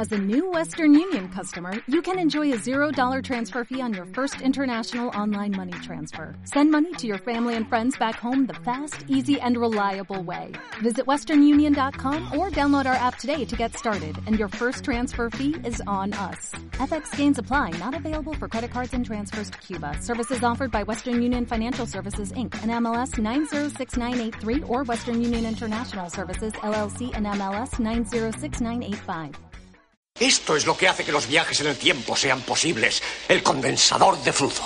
As a new Western Union customer, you can enjoy a $0 transfer fee on your first international online money transfer. Send money to your family and friends back home the fast, easy, and reliable way. Visit westernunion.com or download our app today to get started, and your first transfer fee is on us. FX gains apply, not available for credit cards and transfers to Cuba. Services offered by Western Union Financial Services, Inc., and MLS 906983, or Western Union International Services, LLC, and MLS 906985. Esto es lo que hace que los viajes en el tiempo sean posibles. El condensador de flujo.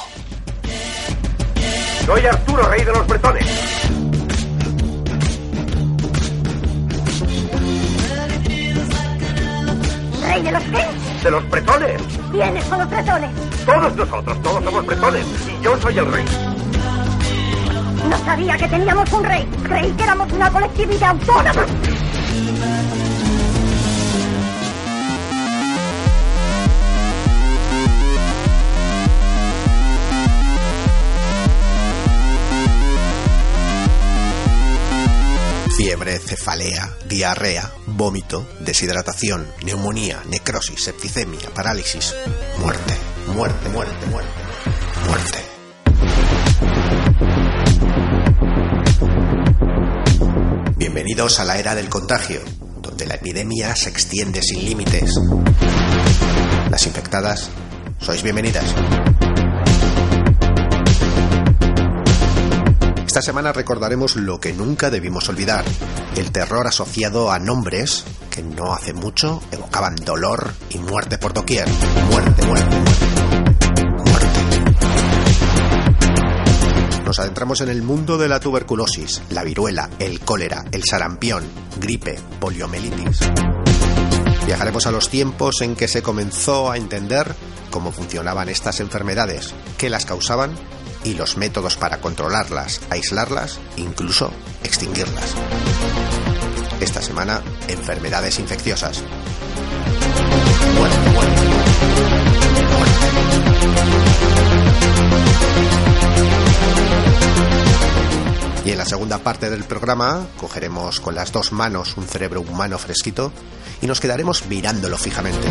Soy Arturo, rey de los bretones. ¿Rey de los qué? De los bretones. ¿Quiénes son los bretones? Todos nosotros, todos somos bretones. Y yo soy el rey. No sabía que teníamos un rey. Creí que éramos una colectividad autónoma. Fiebre, cefalea, diarrea, vómito, deshidratación, neumonía, necrosis, septicemia, parálisis, muerte, muerte, muerte, muerte, muerte. Bienvenidos a la era del contagio, donde la epidemia se extiende sin límites. Las infectadas, sois bienvenidas. Esta semana recordaremos lo que nunca debimos olvidar, el terror asociado a nombres que no hace mucho evocaban dolor y muerte por doquier. Muerte, muerte, muerte, muerte. Nos adentramos en el mundo de la tuberculosis, la viruela, el cólera, el sarampión, gripe, poliomielitis. Viajaremos a los tiempos en que se comenzó a entender cómo funcionaban estas enfermedades, qué las causaban y los métodos para controlarlas, aislarlas, incluso extinguirlas. Esta semana, enfermedades infecciosas. Muerte, muerte, muerte. Y en la segunda parte del programa, cogeremos con las dos manos un cerebro humano fresquito y nos quedaremos mirándolo fijamente.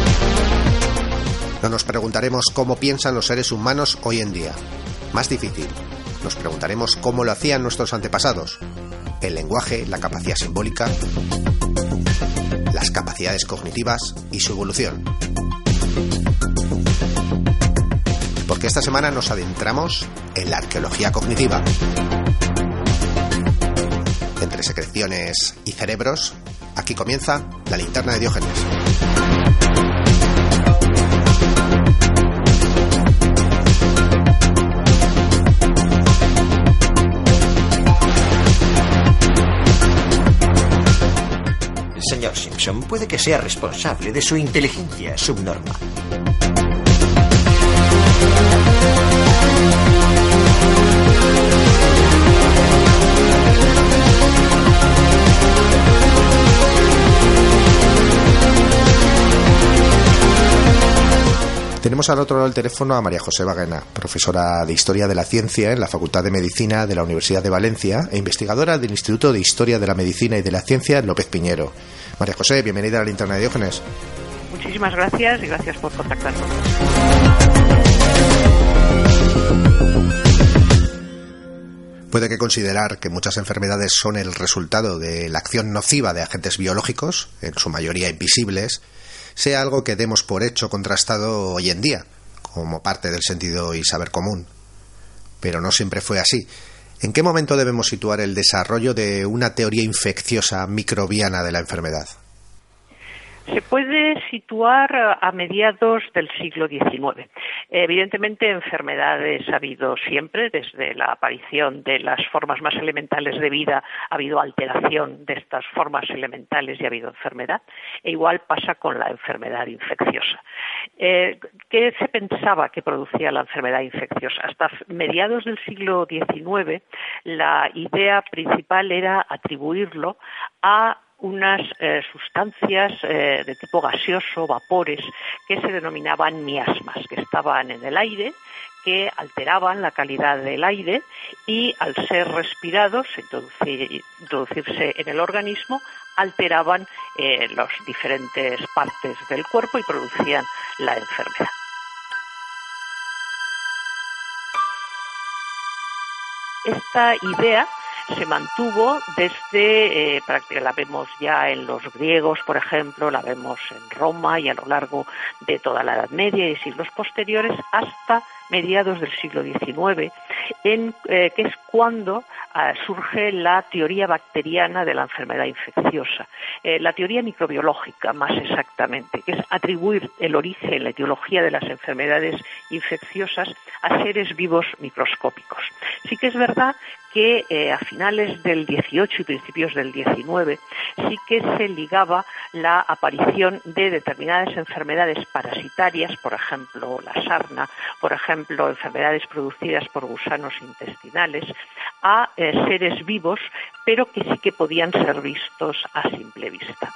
No nos preguntaremos cómo piensan los seres humanos hoy en día. Más difícil, nos preguntaremos cómo lo hacían nuestros antepasados. El lenguaje, la capacidad simbólica, las capacidades cognitivas y su evolución. Porque esta semana nos adentramos en la arqueología cognitiva. Entre secreciones y cerebros, aquí comienza la linterna de Diógenes. Señor Simpson, puede que sea responsable de su inteligencia subnormal. Tenemos al otro lado del teléfono a María José Baguena, profesora de Historia de la Ciencia en la Facultad de Medicina de la Universidad de Valencia e investigadora del Instituto de Historia de la Medicina y de la Ciencia López Piñero. María José, bienvenida a la linterna de Diógenes. Muchísimas gracias y gracias por contactarnos. Puede que considerar que muchas enfermedades son el resultado de la acción nociva de agentes biológicos, en su mayoría invisibles, sea algo que demos por hecho contrastado hoy en día, como parte del sentido y saber común. Pero no siempre fue así. ¿En qué momento debemos situar el desarrollo de una teoría infecciosa microbiana de la enfermedad? Se puede situar a mediados del siglo XIX. Evidentemente, enfermedades ha habido siempre, desde la aparición de las formas más elementales de vida ha habido alteración de estas formas elementales y ha habido enfermedad. E igual pasa con la enfermedad infecciosa. ¿Qué se pensaba que producía la enfermedad infecciosa? Hasta mediados del siglo XIX, la idea principal era atribuirlo a unas sustancias de tipo gaseoso, vapores, que se denominaban miasmas, que estaban en el aire, que alteraban la calidad del aire y al ser respirados, introducirse en el organismo, alteraban las diferentes partes del cuerpo y producían la enfermedad. Esta idea se mantuvo desde, la vemos ya en los griegos, por ejemplo, la vemos en Roma y a lo largo de toda la Edad Media y siglos posteriores, hasta mediados del siglo XIX, que es cuando surge la teoría bacteriana de la enfermedad infecciosa, la teoría microbiológica más exactamente, que es atribuir el origen, la etiología de las enfermedades infecciosas a seres vivos microscópicos. Sí que es verdad que a finales del XVIII y principios del XIX sí que se ligaba la aparición de determinadas enfermedades parasitarias, por ejemplo la sarna, por ejemplo enfermedades producidas por gusanos intestinales, a seres vivos, pero que sí que podían ser vistos a simple vista.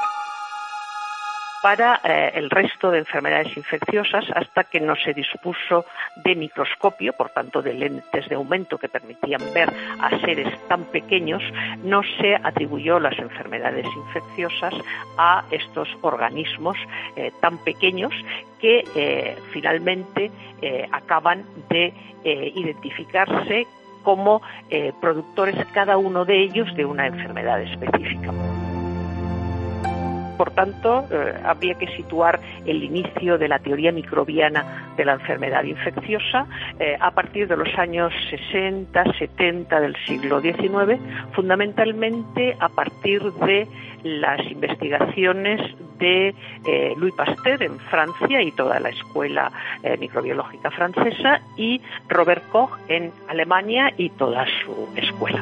Para el resto de enfermedades infecciosas, hasta que no se dispuso de microscopio, por tanto de lentes de aumento que permitían ver a seres tan pequeños, no se atribuyó las enfermedades infecciosas a estos organismos tan pequeños que finalmente acaban de identificarse como productores cada uno de ellos de una enfermedad específica. Por tanto, habría que situar el inicio de la teoría microbiana de la enfermedad infecciosa a partir de los años 60, 70 del siglo XIX, fundamentalmente a partir de las investigaciones de Louis Pasteur en Francia y toda la escuela microbiológica francesa, y Robert Koch en Alemania y toda su escuela.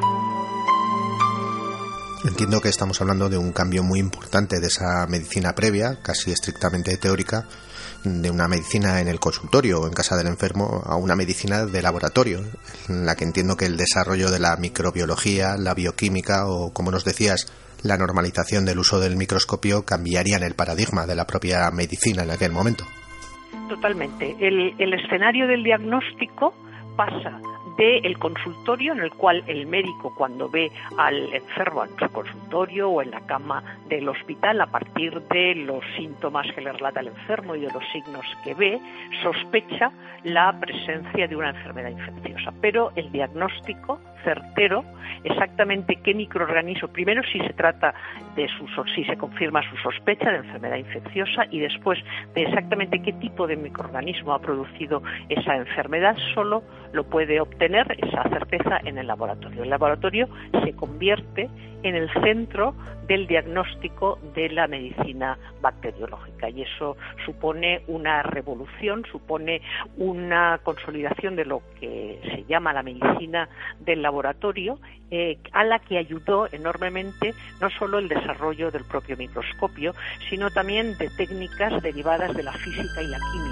Entiendo que estamos hablando de un cambio muy importante de esa medicina previa, casi estrictamente teórica, de una medicina en el consultorio o en casa del enfermo a una medicina de laboratorio, en la que entiendo que el desarrollo de la microbiología, la bioquímica o, como nos decías, la normalización del uso del microscopio cambiarían el paradigma de la propia medicina en aquel momento. Totalmente. El escenario del diagnóstico pasa del consultorio, en el cual el médico, cuando ve al enfermo en su consultorio o en la cama del hospital, a partir de los síntomas que le relata el enfermo y de los signos que ve, sospecha la presencia de una enfermedad infecciosa. Pero el diagnóstico certero, exactamente qué microorganismo, primero si se trata de si se confirma su sospecha de enfermedad infecciosa, y después de exactamente qué tipo de microorganismo ha producido esa enfermedad, solo lo puede obtener esa certeza en el laboratorio. El laboratorio se convierte en el centro del diagnóstico de la medicina bacteriológica, y eso supone una revolución, supone una consolidación de lo que se llama la medicina del laboratorio, a la que ayudó enormemente no solo el desarrollo del propio microscopio, sino también de técnicas derivadas de la física y la química.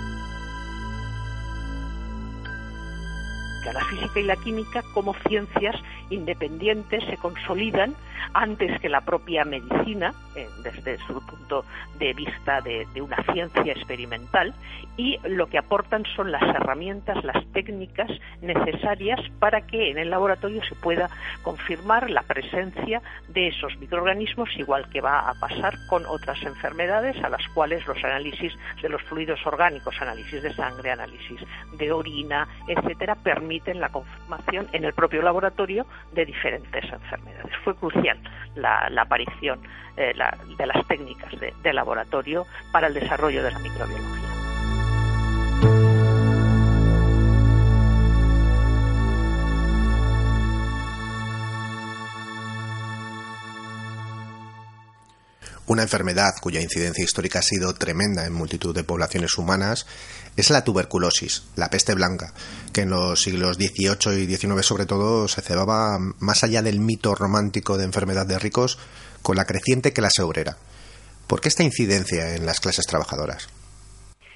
La física y la química, como ciencias independientes, se consolidan antes que la propia medicina, desde su punto de vista de una ciencia experimental, y lo que aportan son las herramientas, las técnicas necesarias para que en el laboratorio se pueda confirmar la presencia de esos microorganismos, igual que va a pasar con otras enfermedades a las cuales los análisis de los fluidos orgánicos, análisis de sangre, análisis de orina, etcétera, permiten la confirmación en el propio laboratorio de diferentes enfermedades. Fue crucial la aparición de las técnicas de laboratorio para el desarrollo de la microbiología. Una enfermedad cuya incidencia histórica ha sido tremenda en multitud de poblaciones humanas es la tuberculosis, la peste blanca, que en los siglos XVIII y XIX sobre todo se cebaba más allá del mito romántico de enfermedad de ricos con la creciente clase obrera. ¿Por qué esta incidencia en las clases trabajadoras?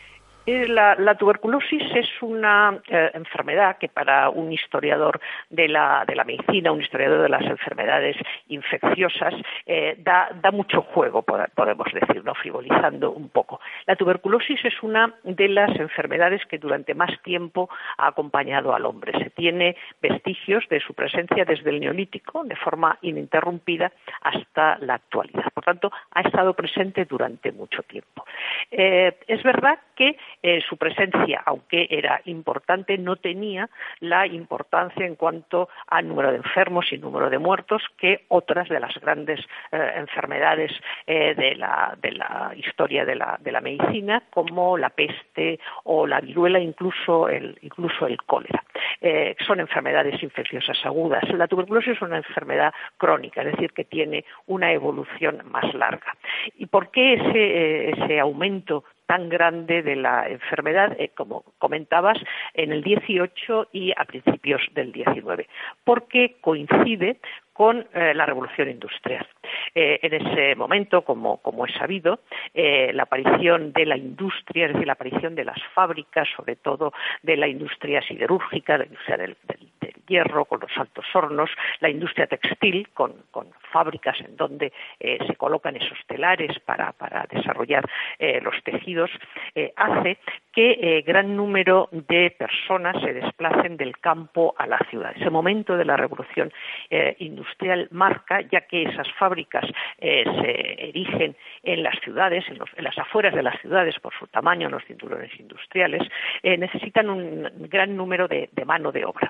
La tuberculosis es una enfermedad que para un historiador de la medicina, un historiador de las enfermedades infecciosas, da mucho juego, podemos decir, ¿no? Frivolizando un poco. La tuberculosis es una de las enfermedades que durante más tiempo ha acompañado al hombre. Se tiene vestigios de su presencia desde el Neolítico, de forma ininterrumpida, hasta la actualidad. Por tanto, ha estado presente durante mucho tiempo. Es verdad que su presencia, aunque era importante, no tenía la importancia en cuanto a número de enfermos y número de muertos que otras de las grandes enfermedades de la historia de la medicina, como la peste o la viruela, incluso el cólera. Son enfermedades infecciosas agudas. La tuberculosis es una enfermedad crónica, es decir, que tiene una evolución más larga. ¿Y por qué ese aumento tan grande de la enfermedad, como comentabas, en el 18 y a principios del 19? Porque coincide con la revolución industrial. En ese momento, como es sabido, la aparición de la industria, es decir, la aparición de las fábricas, sobre todo de la industria siderúrgica, la industria del hierro, con los altos hornos, la industria textil, con fábricas en donde se colocan esos telares para desarrollar los tejidos, hace que gran número de personas se desplacen del campo a la ciudad. Ese momento de la revolución industrial marca, ya que esas fábricas se erigen en las ciudades, en las afueras de las ciudades por su tamaño, en los cinturones industriales, necesitan un gran número de mano de obra.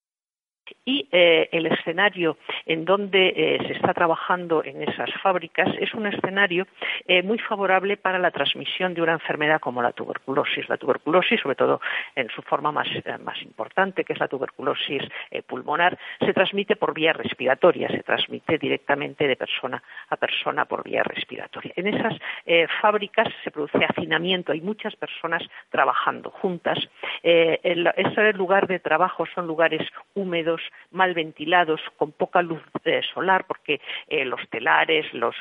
Y el escenario en donde se está trabajando en esas fábricas es un escenario muy favorable para la transmisión de una enfermedad como la tuberculosis. La tuberculosis, sobre todo en su forma más importante, que es la tuberculosis pulmonar, se transmite por vía respiratoria, se transmite directamente de persona a persona por vía respiratoria. En esas fábricas se produce hacinamiento, hay muchas personas trabajando juntas. Ese lugar de trabajo son lugares húmedos, mal ventilados, con poca luz solar, porque los telares, las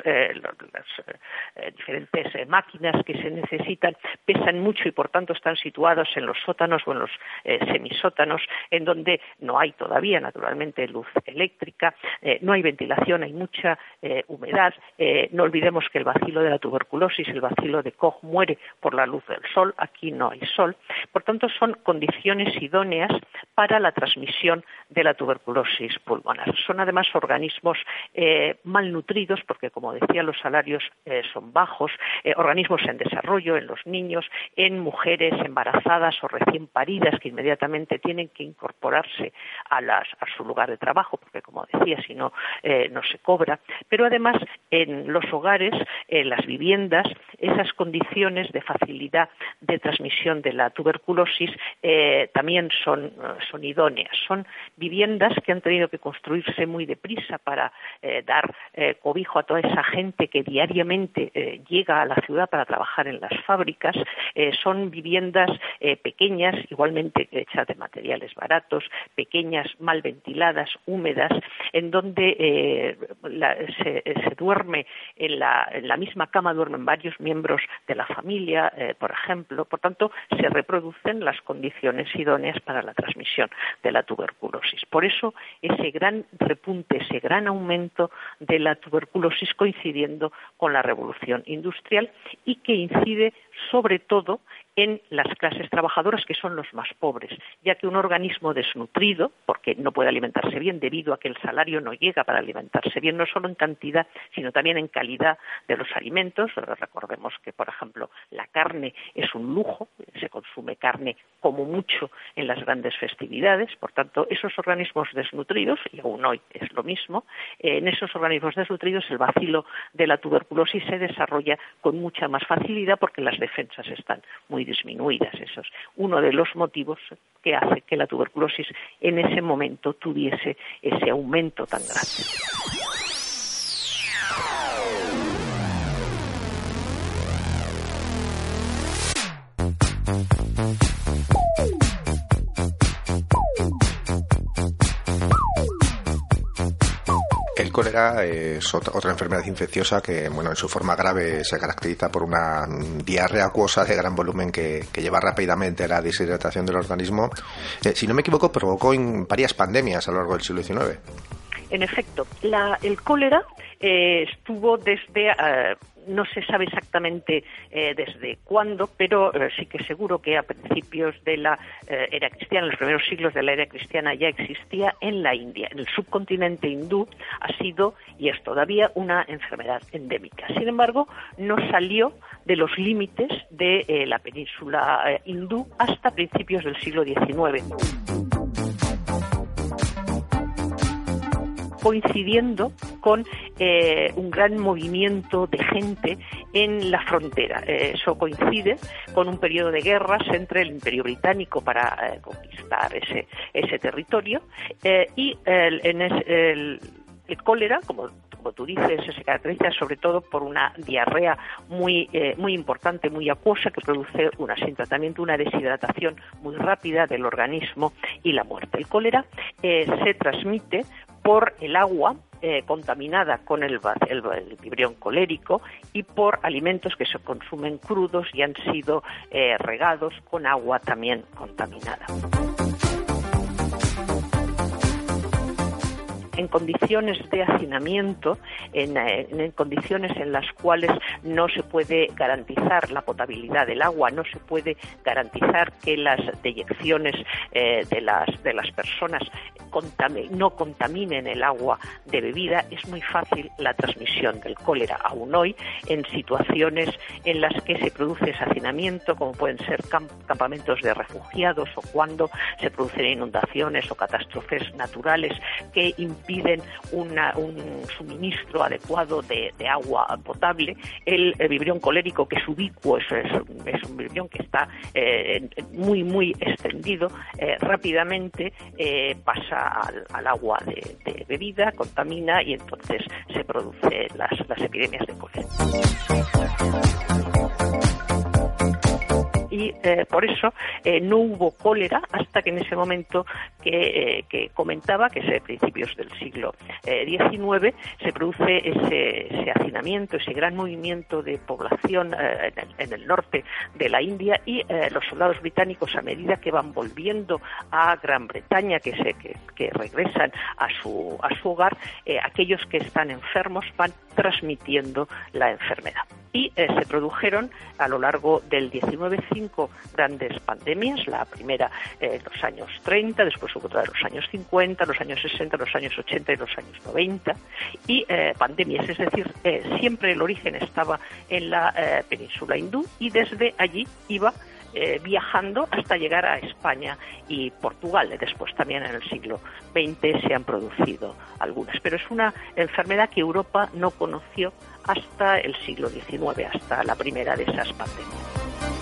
diferentes máquinas que se necesitan pesan mucho y por tanto están situados en los sótanos o en los semisótanos, en donde no hay todavía, naturalmente, luz eléctrica, no hay ventilación, hay mucha humedad. No olvidemos que el bacilo de la tuberculosis, el bacilo de Koch, muere por la luz del sol. Aquí no hay sol. Por tanto, son condiciones idóneas para la transmisión de la tuberculosis pulmonar. Son además organismos malnutridos, porque como decía, los salarios son bajos, organismos en desarrollo en los niños, en mujeres embarazadas o recién paridas que inmediatamente tienen que incorporarse a su lugar de trabajo, porque como decía, si no, no se cobra. Pero además en los hogares, en las viviendas, esas condiciones de facilidad de transmisión de la tuberculosis también son idóneas. Son viviendas que han tenido que construirse muy deprisa para dar cobijo a toda esa gente que diariamente llega a la ciudad para trabajar en las fábricas. Son viviendas pequeñas, igualmente hechas de materiales baratos, pequeñas, mal ventiladas, húmedas, en donde se duerme en la misma cama, duermen varios miembros de la familia, por ejemplo. Por tanto, se reproducen las condiciones idóneas para la transmisión de la tuberculosis. Por eso, ese gran repunte, ese gran aumento de la tuberculosis coincidiendo con la revolución industrial y que incide sobre todo en las clases trabajadoras, que son los más pobres, ya que un organismo desnutrido, porque no puede alimentarse bien debido a que el salario no llega para alimentarse bien, no solo en cantidad, sino también en calidad de los alimentos. Recordemos que, por ejemplo, la carne es un lujo, se consume carne como mucho en las grandes festividades. Por tanto, esos organismos desnutridos, y aún hoy es lo mismo, en esos organismos desnutridos el bacilo de la tuberculosis se desarrolla con mucha más facilidad porque las defensas están muy disminuidas. Eso es uno de los motivos que hace que la tuberculosis en ese momento tuviese ese aumento tan grande. El cólera cólera es otra enfermedad infecciosa que, bueno, en su forma grave se caracteriza por una diarrea acuosa de gran volumen que lleva rápidamente a la deshidratación del organismo. Si no me equivoco, provocó varias pandemias a lo largo del siglo XIX. En efecto, el cólera estuvo desde, no se sabe exactamente desde cuándo, pero sí que seguro que a principios de la era cristiana, en los primeros siglos de la era cristiana ya existía en la India. En el subcontinente hindú ha sido y es todavía una enfermedad endémica. Sin embargo, no salió de los límites de la península hindú hasta principios del siglo XIX. Coincidiendo con un gran movimiento de gente en la frontera. Eso coincide con un periodo de guerras entre el Imperio Británico para conquistar ese territorio y el cólera, como tú dices, se caracteriza sobre todo por una diarrea muy importante, muy acuosa, que produce sin tratamiento una deshidratación muy rápida del organismo y la muerte. El cólera se transmite por el agua contaminada con el vibrión colérico y por alimentos que se consumen crudos y han sido regados con agua también contaminada. En condiciones de hacinamiento, en condiciones en las cuales no se puede garantizar la potabilidad del agua, no se puede garantizar que las deyecciones de las personas no contaminen el agua de bebida, es muy fácil la transmisión del cólera, aún hoy, en situaciones en las que se produce ese hacinamiento, como pueden ser campamentos de refugiados o cuando se producen inundaciones o catástrofes naturales que impiden un suministro adecuado de agua potable. El vibrión colérico, que es ubicuo, es un vibrión que está muy extendido, rápidamente pasa al agua de bebida, contamina y entonces se producen las epidemias de cólera. Y por eso no hubo cólera hasta que en ese momento que comentaba, que es a principios del siglo XIX, se produce ese hacinamiento, ese gran movimiento de población en el norte de la India y los soldados británicos, a medida que van volviendo a Gran Bretaña, que regresan a su hogar, aquellos que están enfermos van transmitiendo la enfermedad. Y se produjeron a lo largo del XIX 5 grandes pandemias, la primera en los años 30, después otra de los años 50, los años 60, los años 80 y los años 90, y pandemias, es decir, siempre el origen estaba en la península hindú y desde allí iba viajando hasta llegar a España y Portugal. Después también en el siglo XX se han producido algunas, pero es una enfermedad que Europa no conoció hasta el siglo XIX, hasta la primera de esas pandemias.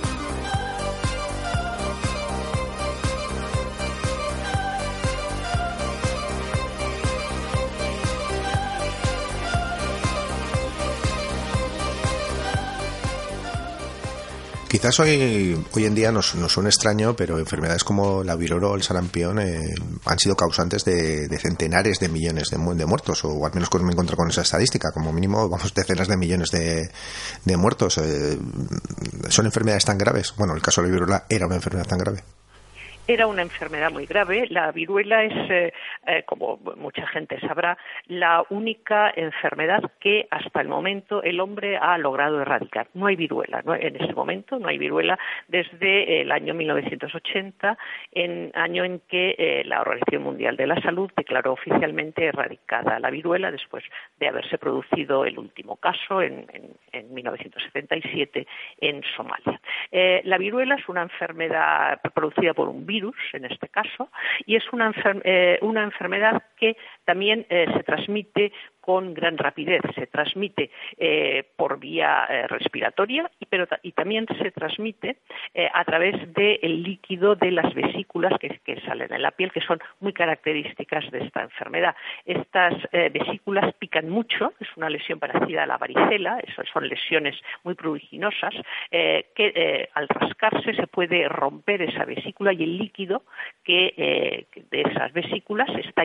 Quizás hoy en día nos suena extraño, pero enfermedades como la viruela o el sarampión han sido causantes de centenares de millones de muertos, o al menos me encuentro con esa estadística, como mínimo, decenas de millones de muertos. ¿Son enfermedades tan graves? Bueno, el caso de la viruela era una enfermedad tan grave. Era una enfermedad muy grave. La viruela es, como mucha gente sabrá, la única enfermedad que hasta el momento el hombre ha logrado erradicar. No hay viruela, ¿no? En ese momento no hay viruela desde el año 1980, año en que la Organización Mundial de la Salud declaró oficialmente erradicada la viruela después de haberse producido el último caso en 1977 en Somalia. La viruela es una enfermedad producida por un virus, en este caso, y es una enfermedad que también se transmite con gran rapidez. Se transmite por vía respiratoria y también se transmite a través del líquido de las vesículas que salen en la piel, que son muy características de esta enfermedad. Estas vesículas pican mucho, es una lesión parecida a la varicela, son lesiones muy pruriginosas, que al rascarse se puede romper esa vesícula y el líquido de esas vesículas está lleno de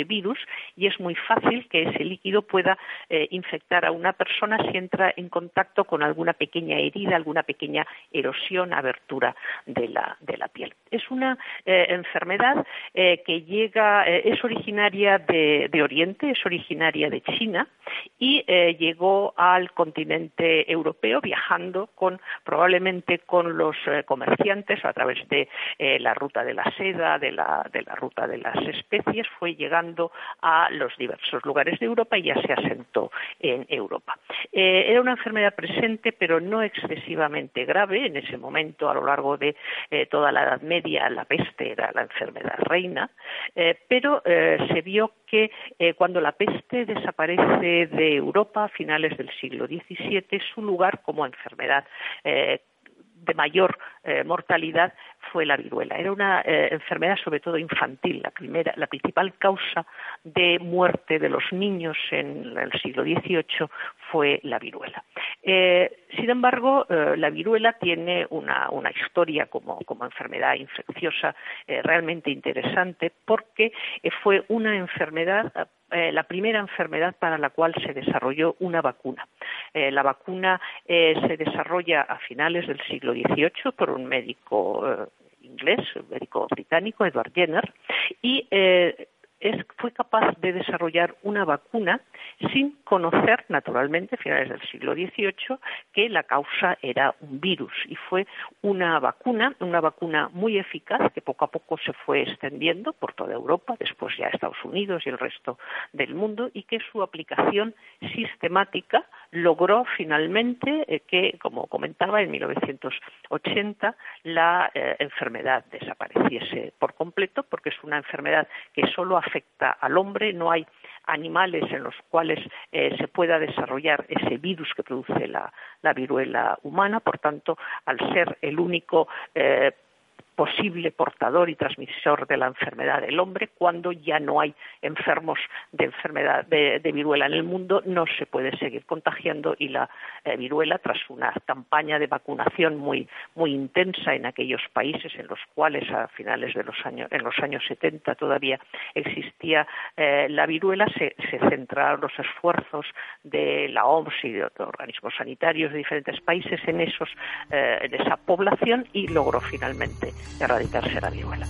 virus y es muy fácil que ese líquido pueda infectar a una persona si entra en contacto con alguna pequeña herida, alguna pequeña erosión, abertura de la piel. Es una enfermedad que es originaria de Oriente, es originaria de China y llegó al continente europeo viajando probablemente con los comerciantes a través de la ruta de la seda, de la ruta de las especies, fue llegando a los diversos lugares de Europa y ya se asentó en Europa. Era una enfermedad presente, pero no excesivamente grave. En ese momento, a lo largo de toda la Edad Media, la peste era la enfermedad reina, pero se vio que cuando la peste desaparece de Europa a finales del siglo XVII, su lugar como enfermedad de mayor mortalidad fue la viruela. Era una enfermedad sobre todo infantil. La principal causa de muerte de los niños en el siglo XVIII fue la viruela. Sin embargo, la viruela tiene una historia como enfermedad infecciosa realmente interesante porque fue una enfermedad, la primera enfermedad para la cual se desarrolló una vacuna. La vacuna se desarrolla a finales del siglo XVIII por un médico inglés, un médico británico, Edward Jenner, y fue capaz de desarrollar una vacuna sin conocer, naturalmente, a finales del siglo XVIII, que la causa era un virus. Y fue una vacuna muy eficaz que poco a poco se fue extendiendo por toda Europa, después ya Estados Unidos y el resto del mundo, y que su aplicación sistemática logró finalmente que, como comentaba, en 1980 la enfermedad desapareciese por completo, porque es una enfermedad que solo afecta al hombre. No hay animales en los cuales se pueda desarrollar ese virus que produce la viruela humana. Por tanto, al ser el único posible portador y transmisor de la enfermedad del hombre, cuando ya no hay enfermos de enfermedad de viruela en el mundo, no se puede seguir contagiando y la viruela, tras una campaña de vacunación muy intensa en aquellos países en los cuales a finales de en los años 70 todavía existía la viruela, se centraron los esfuerzos de la OMS y de otros organismos sanitarios de diferentes países en esa población y logró finalmente erradicarse la viruela.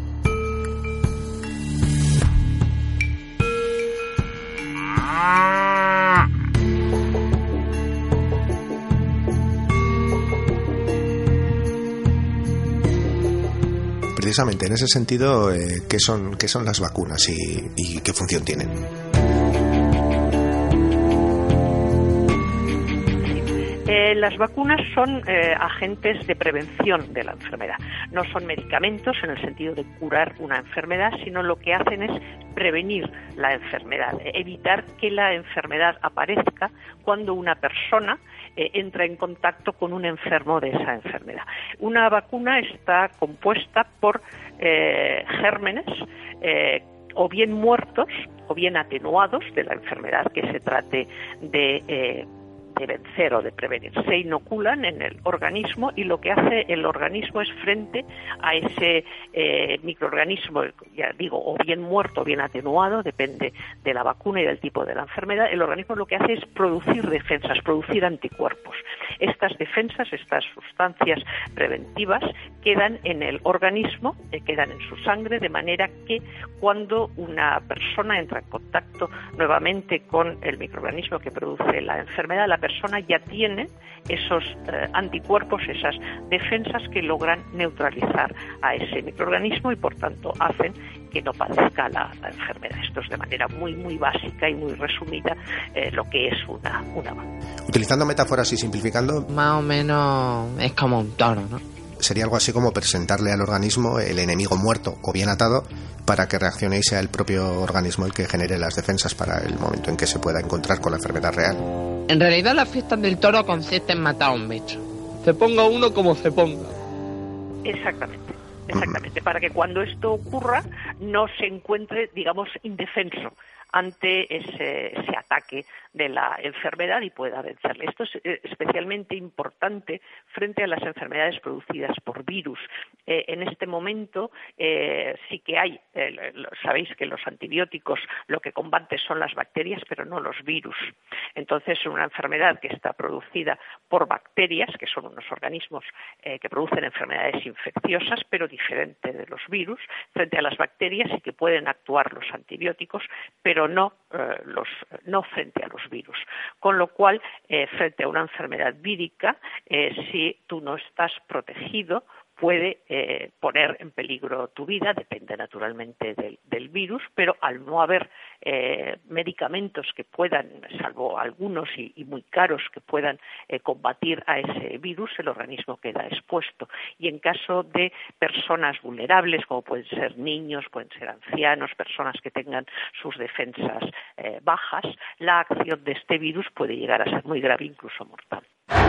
Precisamente en ese sentido, ¿qué son las vacunas y qué función tienen? Las vacunas son agentes de prevención de la enfermedad. No son medicamentos en el sentido de curar una enfermedad, sino lo que hacen es prevenir la enfermedad, evitar que la enfermedad aparezca cuando una persona entra en contacto con un enfermo de esa enfermedad. Una vacuna está compuesta por gérmenes o bien muertos o bien atenuados de la enfermedad que se trate de vencer o de prevenir. Se inoculan en el organismo y lo que hace el organismo es, frente a ese microorganismo, ya digo, o bien muerto o bien atenuado, depende de la vacuna y del tipo de la enfermedad, el organismo lo que hace es producir defensas, producir anticuerpos. Estas defensas, estas sustancias preventivas, quedan en el organismo, quedan en su sangre, de manera que cuando una persona entra en contacto nuevamente con el microorganismo que produce la enfermedad, la persona ya tiene esos anticuerpos, esas defensas que logran neutralizar a ese microorganismo y por tanto hacen que no padezca la enfermedad. Esto es de manera muy básica y muy resumida lo que es una vacuna. Utilizando metáforas y simplificando, más o menos es como un toro, ¿no? Sería algo así como presentarle al organismo el enemigo muerto o bien atado para que reaccione y sea el propio organismo el que genere las defensas para el momento en que se pueda encontrar con la enfermedad real. En realidad las fiestas del toro consisten en matar a un bicho. Se ponga uno como se ponga. Exactamente, para que cuando esto ocurra no se encuentre, digamos, indefenso ante ese ataque de la enfermedad y pueda vencerle. Esto es especialmente importante frente a las enfermedades producidas por virus. en este momento sí que hay, sabéis que los antibióticos lo que combaten son las bacterias, pero no los virus. Entonces, una enfermedad que está producida por bacterias, que son unos organismos que producen enfermedades infecciosas, pero diferente de los virus, frente a las bacterias sí que pueden actuar los antibióticos, pero no frente a los virus. Con lo cual, frente a una enfermedad vírica, si tú no estás protegido, puede poner en peligro tu vida, depende naturalmente del virus, pero al no haber medicamentos que puedan, salvo algunos y muy caros, que puedan combatir a ese virus, el organismo queda expuesto. Y en caso de personas vulnerables, como pueden ser niños, pueden ser ancianos, personas que tengan sus defensas bajas, la acción de este virus puede llegar a ser muy grave, incluso mortal.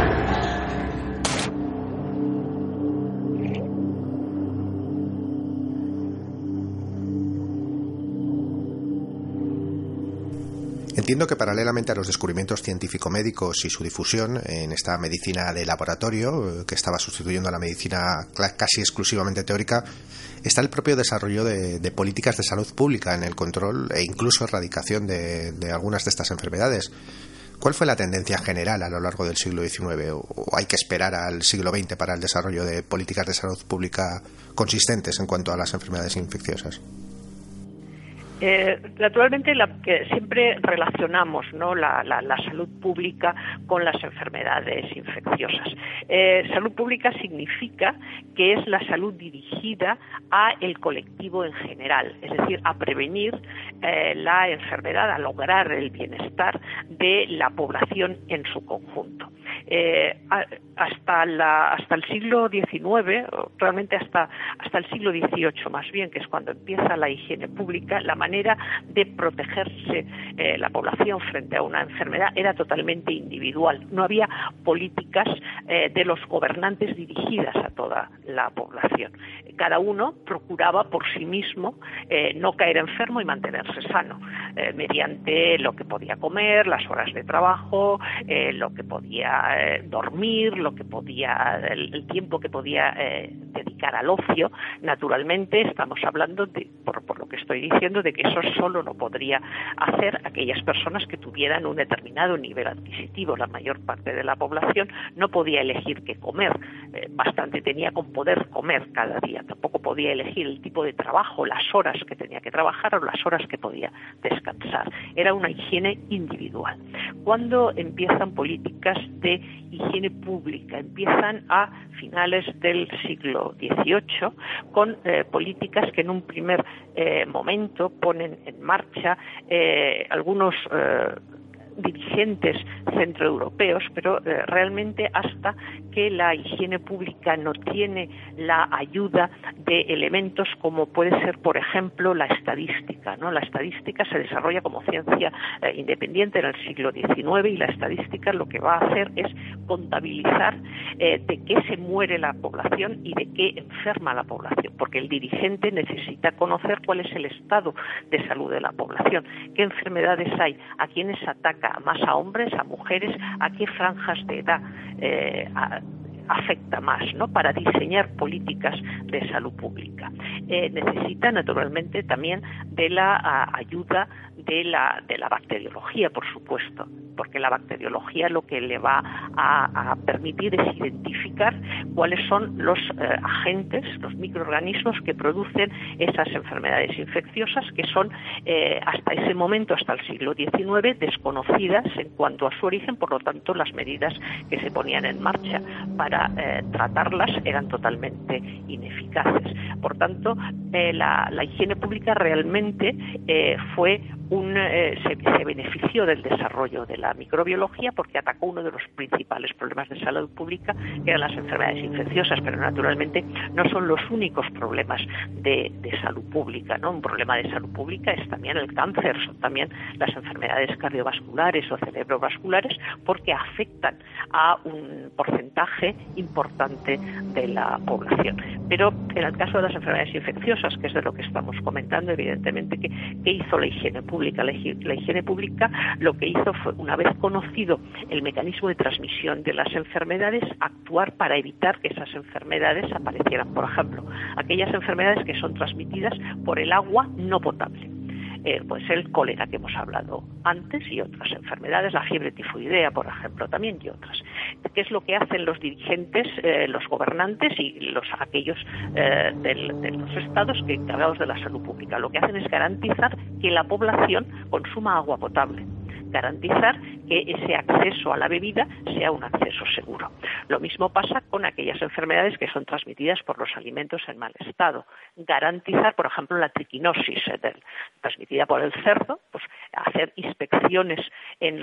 Entiendo que paralelamente a los descubrimientos científico-médicos y su difusión en esta medicina de laboratorio, que estaba sustituyendo a la medicina casi exclusivamente teórica, está el propio desarrollo de políticas de salud pública en el control e incluso erradicación de algunas de estas enfermedades. ¿Cuál fue la tendencia general a lo largo del siglo XIX? ¿O hay que esperar al siglo XX para el desarrollo de políticas de salud pública consistentes en cuanto a las enfermedades infecciosas? Naturalmente, que siempre relacionamos, ¿no?, la salud pública con las enfermedades infecciosas. Salud pública significa que es la salud dirigida a el colectivo en general, es decir, a prevenir la enfermedad, a lograr el bienestar de la población en su conjunto. Hasta el siglo XIX, realmente hasta el siglo XVIII más bien, que es cuando empieza la higiene pública, la manera de protegerse la población frente a una enfermedad era totalmente individual. No había políticas de los gobernantes dirigidas a toda la población. Cada uno procuraba por sí mismo no caer enfermo y mantenerse sano, mediante lo que podía comer, las horas de trabajo, lo que podía dormir, lo que podía, el tiempo que podía dedicar al ocio. Naturalmente estamos hablando por lo que estoy diciendo, de que eso solo lo podría hacer aquellas personas que tuvieran un determinado nivel adquisitivo. La mayor parte de la población no podía elegir qué comer, bastante tenía con poder comer cada día. Tampoco podía elegir el tipo de trabajo, las horas que tenía que trabajar o las horas que podía descansar. Era una higiene individual. Cuando empiezan políticas de higiene pública, empiezan a finales del siglo XVIII con políticas que en un primer momento ponen en marcha algunos dirigentes centroeuropeos, pero realmente hasta que la higiene pública no tiene la ayuda de elementos como puede ser, por ejemplo, la estadística, ¿no? La estadística se desarrolla como ciencia independiente en el siglo XIX y la estadística lo que va a hacer es contabilizar de qué se muere la población y de qué enferma la población, porque el dirigente necesita conocer cuál es el estado de salud de la población, qué enfermedades hay, a quiénes ataca, más a hombres, a mujeres, a qué franjas de edad afecta más, ¿no?, para diseñar políticas de salud pública. Necesita naturalmente también de la ayuda de la bacteriología, por supuesto, porque la bacteriología lo que le va a permitir es identificar cuáles son los agentes, los microorganismos que producen esas enfermedades infecciosas que son hasta ese momento, hasta el siglo XIX, desconocidas en cuanto a su origen. Por lo tanto, las medidas que se ponían en marcha para tratarlas eran totalmente ineficaces. Por tanto, la higiene pública realmente se benefició del desarrollo de la microbiología porque atacó uno de los principales problemas de salud pública, que eran las enfermedades infecciosas, pero naturalmente no son los únicos problemas de salud pública, ¿no? Un problema de salud pública es también el cáncer, son también las enfermedades cardiovasculares o cerebrovasculares, porque afectan a un porcentaje importante de la población. Pero en el caso de las enfermedades infecciosas, que es de lo que estamos comentando, evidentemente, ¿qué hizo la higiene pública? La higiene pública lo que hizo fue, una vez conocido el mecanismo de transmisión de las enfermedades, actuar para evitar que esas enfermedades aparecieran. Por ejemplo, aquellas enfermedades que son transmitidas por el agua no potable. Pues el cólera que hemos hablado antes y otras enfermedades, la fiebre tifoidea, por ejemplo, también y otras. ¿Qué es lo que hacen los dirigentes, los gobernantes y aquellos de los estados que encargados de la salud pública? Lo que hacen es garantizar que la población consuma agua potable, garantizar que ese acceso a la bebida sea un acceso seguro. Lo mismo pasa con aquellas enfermedades que son transmitidas por los alimentos en mal estado. Garantizar, por ejemplo, la triquinosis transmitida por el cerdo, pues hacer inspecciones en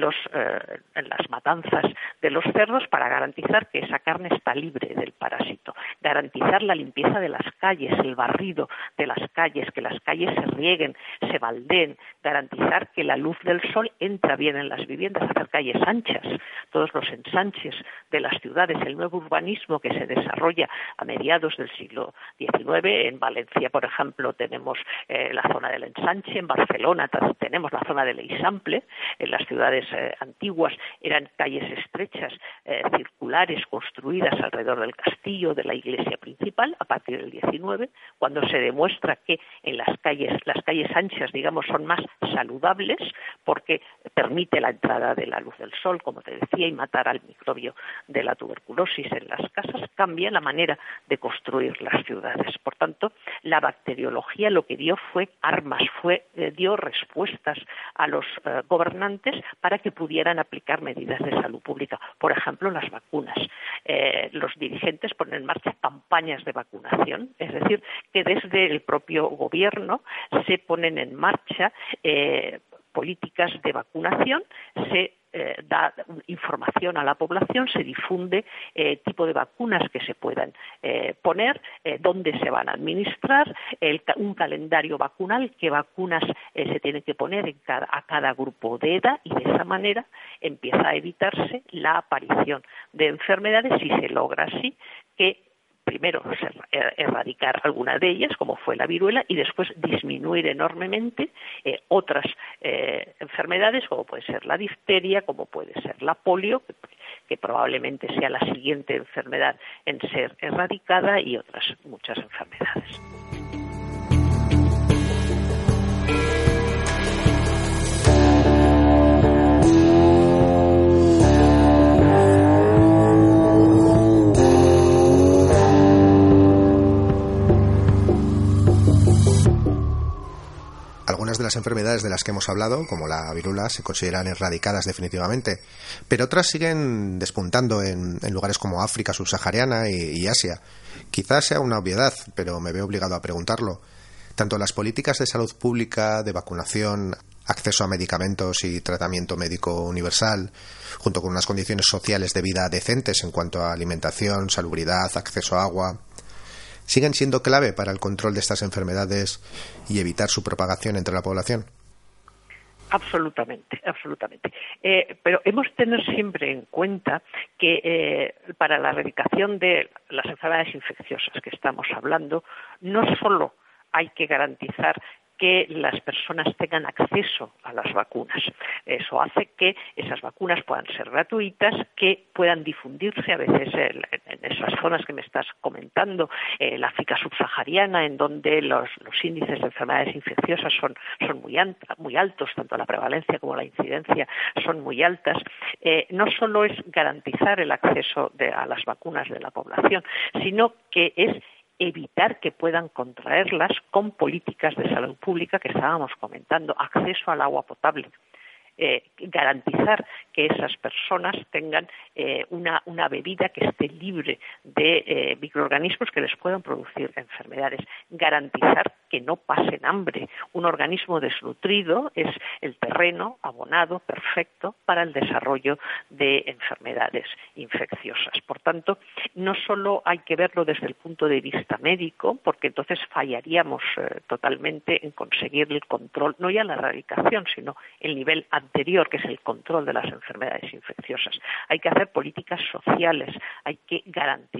las matanzas de los cerdos para garantizar que esa carne está libre del parásito. Garantizar la limpieza de las calles, el barrido de las calles, que las calles se rieguen, se baldeen, garantizar que la luz del sol entra bien en las viviendas, hacer calles anchas, todos los ensanches de las ciudades, el nuevo urbanismo que se desarrolla a mediados del siglo XIX. En Valencia, por ejemplo, tenemos la zona del ensanche, en Barcelona tenemos la zona del Eixample, en las ciudades antiguas eran calles estrechas, circulares, construidas alrededor del castillo, de la iglesia principal, a partir del XIX, cuando se demuestra que en las calles anchas, digamos, son más saludables porque permite la entrada de la luz del sol, como te decía, y matar al microbio de la tuberculosis en las casas, cambia la manera de construir las ciudades. Por tanto, la bacteriología lo que dio fue armas, dio respuestas a los gobernantes para que pudieran aplicar medidas de salud pública. Por ejemplo, las vacunas. Los dirigentes ponen en marcha campañas de vacunación, es decir, que desde el propio gobierno se ponen en marcha políticas de vacunación, se da información a la población, se difunde tipo de vacunas que se puedan poner, dónde se van a administrar, un calendario vacunal, qué vacunas se tienen que poner a cada grupo de edad, y de esa manera empieza a evitarse la aparición de enfermedades y se logra así que primero erradicar alguna de ellas, como fue la viruela, y después disminuir enormemente otras enfermedades, como puede ser la difteria, como puede ser la polio, que probablemente sea la siguiente enfermedad en ser erradicada, y otras muchas enfermedades. Algunas de las enfermedades de las que hemos hablado, como la viruela, se consideran erradicadas definitivamente, pero otras siguen despuntando en lugares como África subsahariana y Asia. Quizás sea una obviedad, pero me veo obligado a preguntarlo. Tanto las políticas de salud pública, de vacunación, acceso a medicamentos y tratamiento médico universal, junto con unas condiciones sociales de vida decentes en cuanto a alimentación, salubridad, acceso a agua, siguen siendo clave para el control de estas enfermedades y evitar su propagación entre la población. Absolutamente. Pero hemos de tener siempre en cuenta que para la erradicación de las enfermedades infecciosas que estamos hablando, no solo hay que garantizar que las personas tengan acceso a las vacunas. Eso hace que esas vacunas puedan ser gratuitas, que puedan difundirse a veces en esas zonas que me estás comentando, la África subsahariana, en donde los índices de enfermedades infecciosas son muy altos, tanto la prevalencia como la incidencia son muy altas. No solo es garantizar el acceso a las vacunas de la población, sino que es evitar que puedan contraerlas con políticas de salud pública que estábamos comentando, acceso al agua potable, garantizar que esas personas tengan una bebida que esté libre de microorganismos que les puedan producir enfermedades, garantizar que no pasen hambre. Un organismo desnutrido es el terreno abonado perfecto para el desarrollo de enfermedades infecciosas. Por tanto, no solo hay que verlo desde el punto de vista médico, porque entonces fallaríamos totalmente en conseguir el control, no ya la erradicación, sino el nivel anterior, que es el control de las enfermedades infecciosas. Hay que hacer políticas sociales, hay que garantizar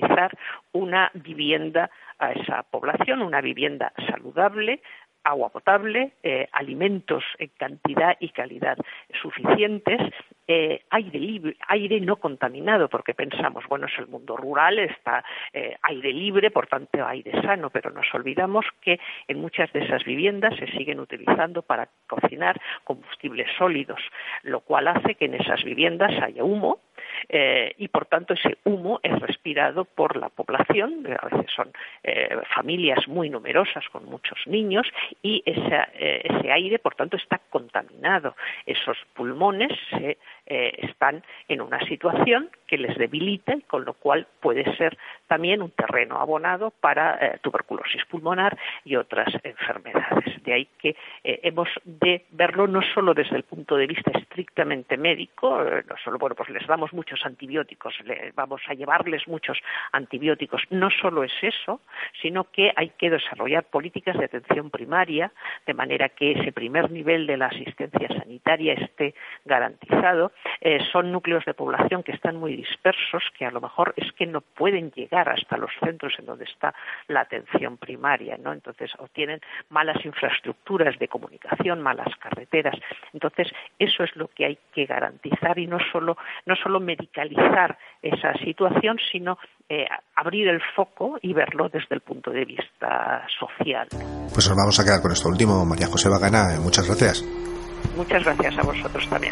garantizar una vivienda a esa población, una vivienda saludable, agua potable, alimentos en cantidad y calidad suficientes, aire no contaminado, porque pensamos, bueno, es el mundo rural, está aire libre, por tanto aire sano, pero nos olvidamos que en muchas de esas viviendas se siguen utilizando para cocinar combustibles sólidos, lo cual hace que en esas viviendas haya humo, y por tanto ese humo es respirado por la población, a veces son familias muy numerosas con muchos niños, y ese aire por tanto está contaminado. Esos pulmones están en una situación que les debilita y con lo cual puede ser también un terreno abonado para tuberculosis pulmonar y otras enfermedades. De ahí que hemos de verlo no solo desde el punto de vista estrictamente médico, no solo, bueno, pues les damos muchos antibióticos, vamos a llevarles muchos antibióticos, no solo es eso, sino que hay que desarrollar políticas de atención primaria, de manera que ese primer nivel de la asistencia sanitaria esté garantizado. Son núcleos de población que están muy dispersos, que a lo mejor es que no pueden llegar hasta los centros en donde está la atención primaria, ¿no? Entonces, o tienen malas infraestructuras de comunicación, malas carreteras. Entonces, eso es lo que hay que garantizar y no solo medicalizar esa situación, sino abrir el foco y verlo desde el punto de vista social. Pues nos vamos a quedar con esto último. María José Bagana, muchas gracias. Muchas gracias a vosotros también.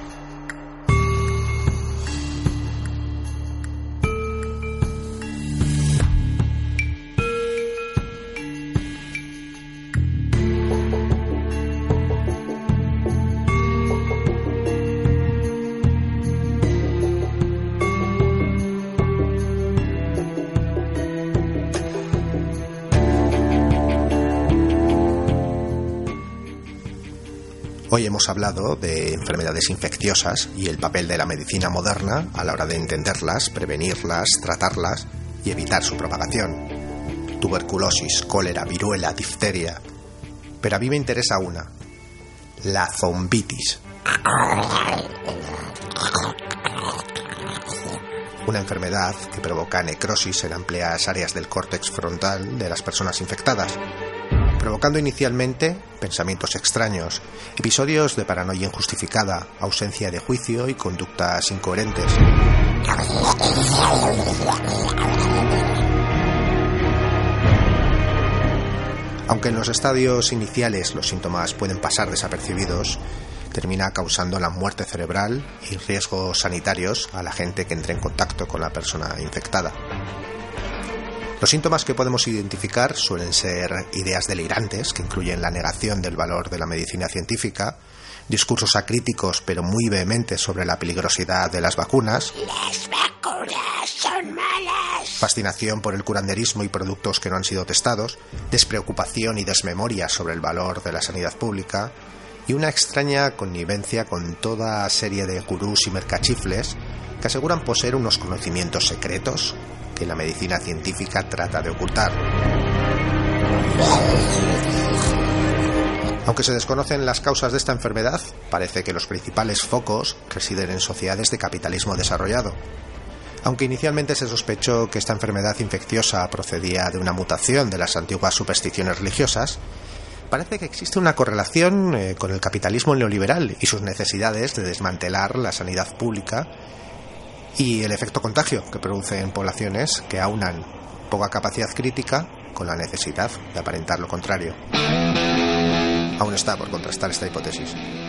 Hoy hemos hablado de enfermedades infecciosas y el papel de la medicina moderna a la hora de entenderlas, prevenirlas, tratarlas y evitar su propagación. Tuberculosis, cólera, viruela, difteria. Pero a mí me interesa una, la zombitis. Una enfermedad que provoca necrosis en amplias áreas del córtex frontal de las personas infectadas, provocando inicialmente pensamientos extraños, episodios de paranoia injustificada, ausencia de juicio y conductas incoherentes. Aunque en los estadios iniciales los síntomas pueden pasar desapercibidos, termina causando la muerte cerebral y riesgos sanitarios a la gente que entre en contacto con la persona infectada. Los síntomas que podemos identificar suelen ser ideas delirantes que incluyen la negación del valor de la medicina científica, discursos acríticos pero muy vehementes sobre la peligrosidad de las vacunas. Las vacunas son malas. Fascinación por el curanderismo y productos que no han sido testados, despreocupación y desmemoria sobre el valor de la sanidad pública y una extraña connivencia con toda serie de gurús y mercachifles que aseguran poseer unos conocimientos secretos que la medicina científica trata de ocultar. Aunque se desconocen las causas de esta enfermedad, parece que los principales focos residen en sociedades de capitalismo desarrollado. Aunque inicialmente se sospechó que esta enfermedad infecciosa procedía de una mutación de las antiguas supersticiones religiosas, parece que existe una correlación con el capitalismo neoliberal y sus necesidades de desmantelar la sanidad pública y el efecto contagio que produce en poblaciones que aunan poca capacidad crítica con la necesidad de aparentar lo contrario. Aún está por contrastar esta hipótesis.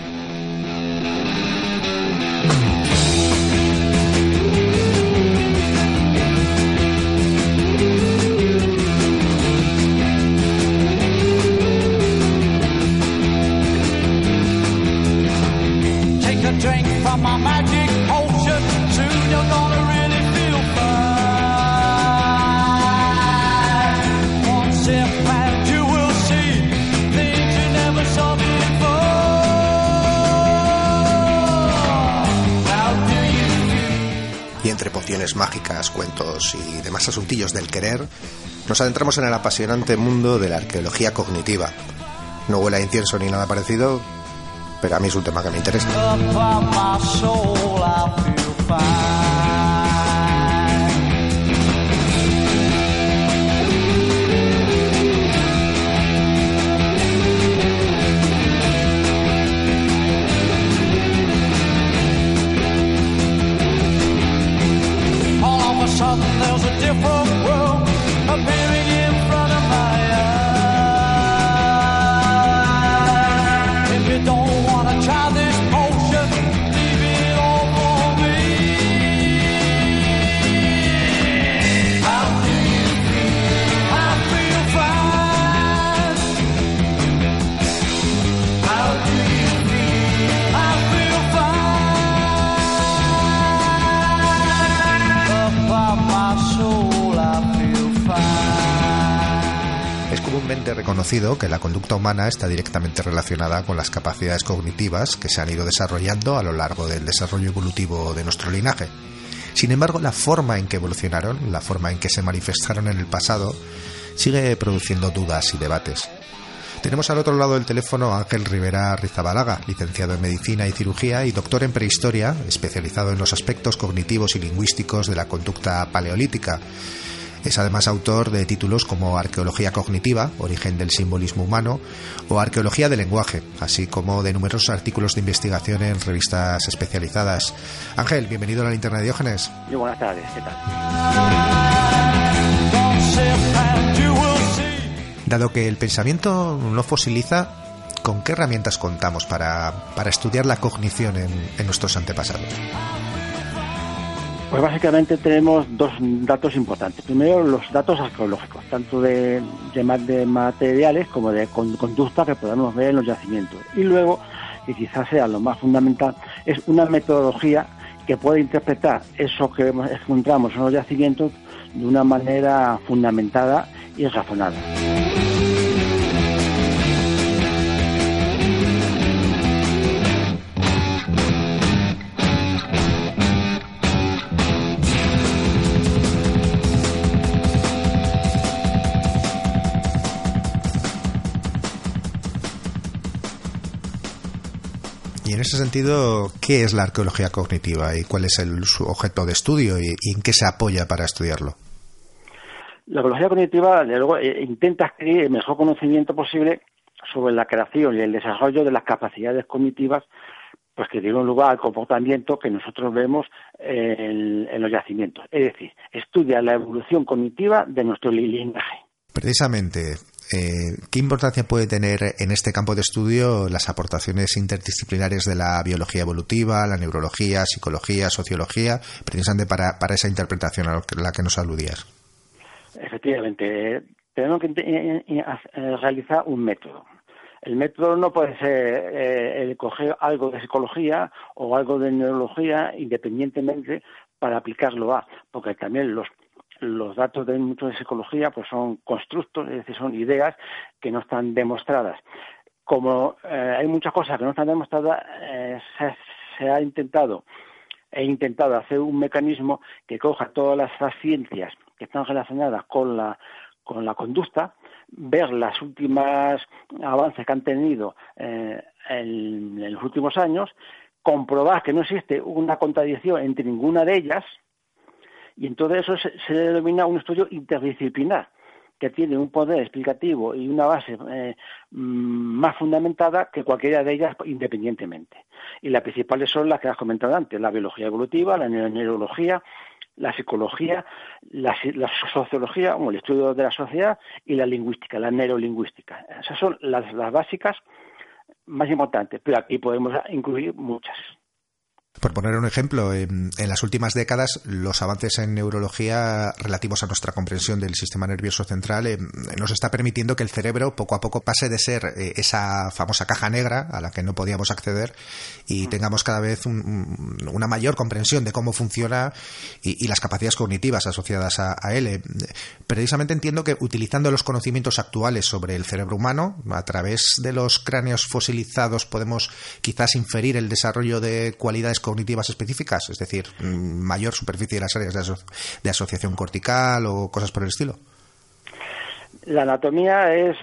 Take a drink from my magic potion, soon you're gonna really feel fine. One sip and you will see things you never saw before. How do you feel? Y entre pociones mágicas, cuentos y demás asuntillos del querer, nos adentramos en el apasionante mundo de la arqueología cognitiva. No huele a incienso ni nada parecido, pero a mí es un tema que me interesa. comúnmente reconocido que la conducta humana está directamente relacionada con las capacidades cognitivas que se han ido desarrollando a lo largo del desarrollo evolutivo de nuestro linaje. Sin embargo, la forma en que evolucionaron, la forma en que se manifestaron en el pasado, sigue produciendo dudas y debates. Tenemos al otro lado del teléfono a Ángel Rivera Rizabalaga, licenciado en Medicina y Cirugía y doctor en Prehistoria, especializado en los aspectos cognitivos y lingüísticos de la conducta paleolítica. Es además autor de títulos como Arqueología cognitiva, origen del simbolismo humano, o Arqueología del lenguaje, así como de numerosos artículos de investigación en revistas especializadas. Ángel, bienvenido a la Linterna de Diógenes. Muy buenas tardes, ¿qué tal? Dado que el pensamiento no fosiliza, ¿con qué herramientas contamos para estudiar la cognición en nuestros antepasados? Pues básicamente tenemos dos datos importantes. Primero, los datos arqueológicos, tanto de materiales como de conducta que podemos ver en los yacimientos. Y luego, que quizás sea lo más fundamental, es una metodología que puede interpretar eso que encontramos en los yacimientos de una manera fundamentada y razonada. Y en ese sentido, ¿qué es la arqueología cognitiva y cuál es su objeto de estudio y en qué se apoya para estudiarlo? La arqueología cognitiva, de luego, intenta adquirir el mejor conocimiento posible sobre la creación y el desarrollo de las capacidades cognitivas, pues que dieron lugar al comportamiento que nosotros vemos en los yacimientos. Es decir, estudia la evolución cognitiva de nuestro linaje. Precisamente, ¿qué importancia puede tener en este campo de estudio las aportaciones interdisciplinares de la biología evolutiva, la neurología, psicología, sociología, precisamente para esa interpretación a la que nos aludías? Efectivamente, tenemos que realizar un método. El método no puede ser el coger algo de psicología o algo de neurología independientemente para aplicarlo porque también los datos de mucho de psicología pues son constructos, es decir, son ideas que no están demostradas. Como hay muchas cosas que no están demostradas, se ha intentado hacer un mecanismo que coja todas las ciencias que están relacionadas con la conducta, ver las últimas avances que han tenido en los últimos años, comprobar que no existe una contradicción entre ninguna de ellas, y entonces eso se denomina un estudio interdisciplinar, que tiene un poder explicativo y una base más fundamentada que cualquiera de ellas independientemente. Y las principales son las que has comentado antes: la biología evolutiva, la neurología, la psicología, la sociología, o el estudio de la sociedad, y la lingüística, la neurolingüística. Esas son las básicas más importantes, pero aquí podemos incluir muchas. Por poner un ejemplo, en las últimas décadas los avances en neurología relativos a nuestra comprensión del sistema nervioso central nos está permitiendo que el cerebro poco a poco pase de ser esa famosa caja negra a la que no podíamos acceder y tengamos cada vez una mayor comprensión de cómo funciona y las capacidades cognitivas asociadas a él. Precisamente entiendo que utilizando los conocimientos actuales sobre el cerebro humano, a través de los cráneos fosilizados podemos quizás inferir el desarrollo de cualidades cognitivas específicas, es decir, mayor superficie de las áreas de asociación cortical o cosas por el estilo. La anatomía es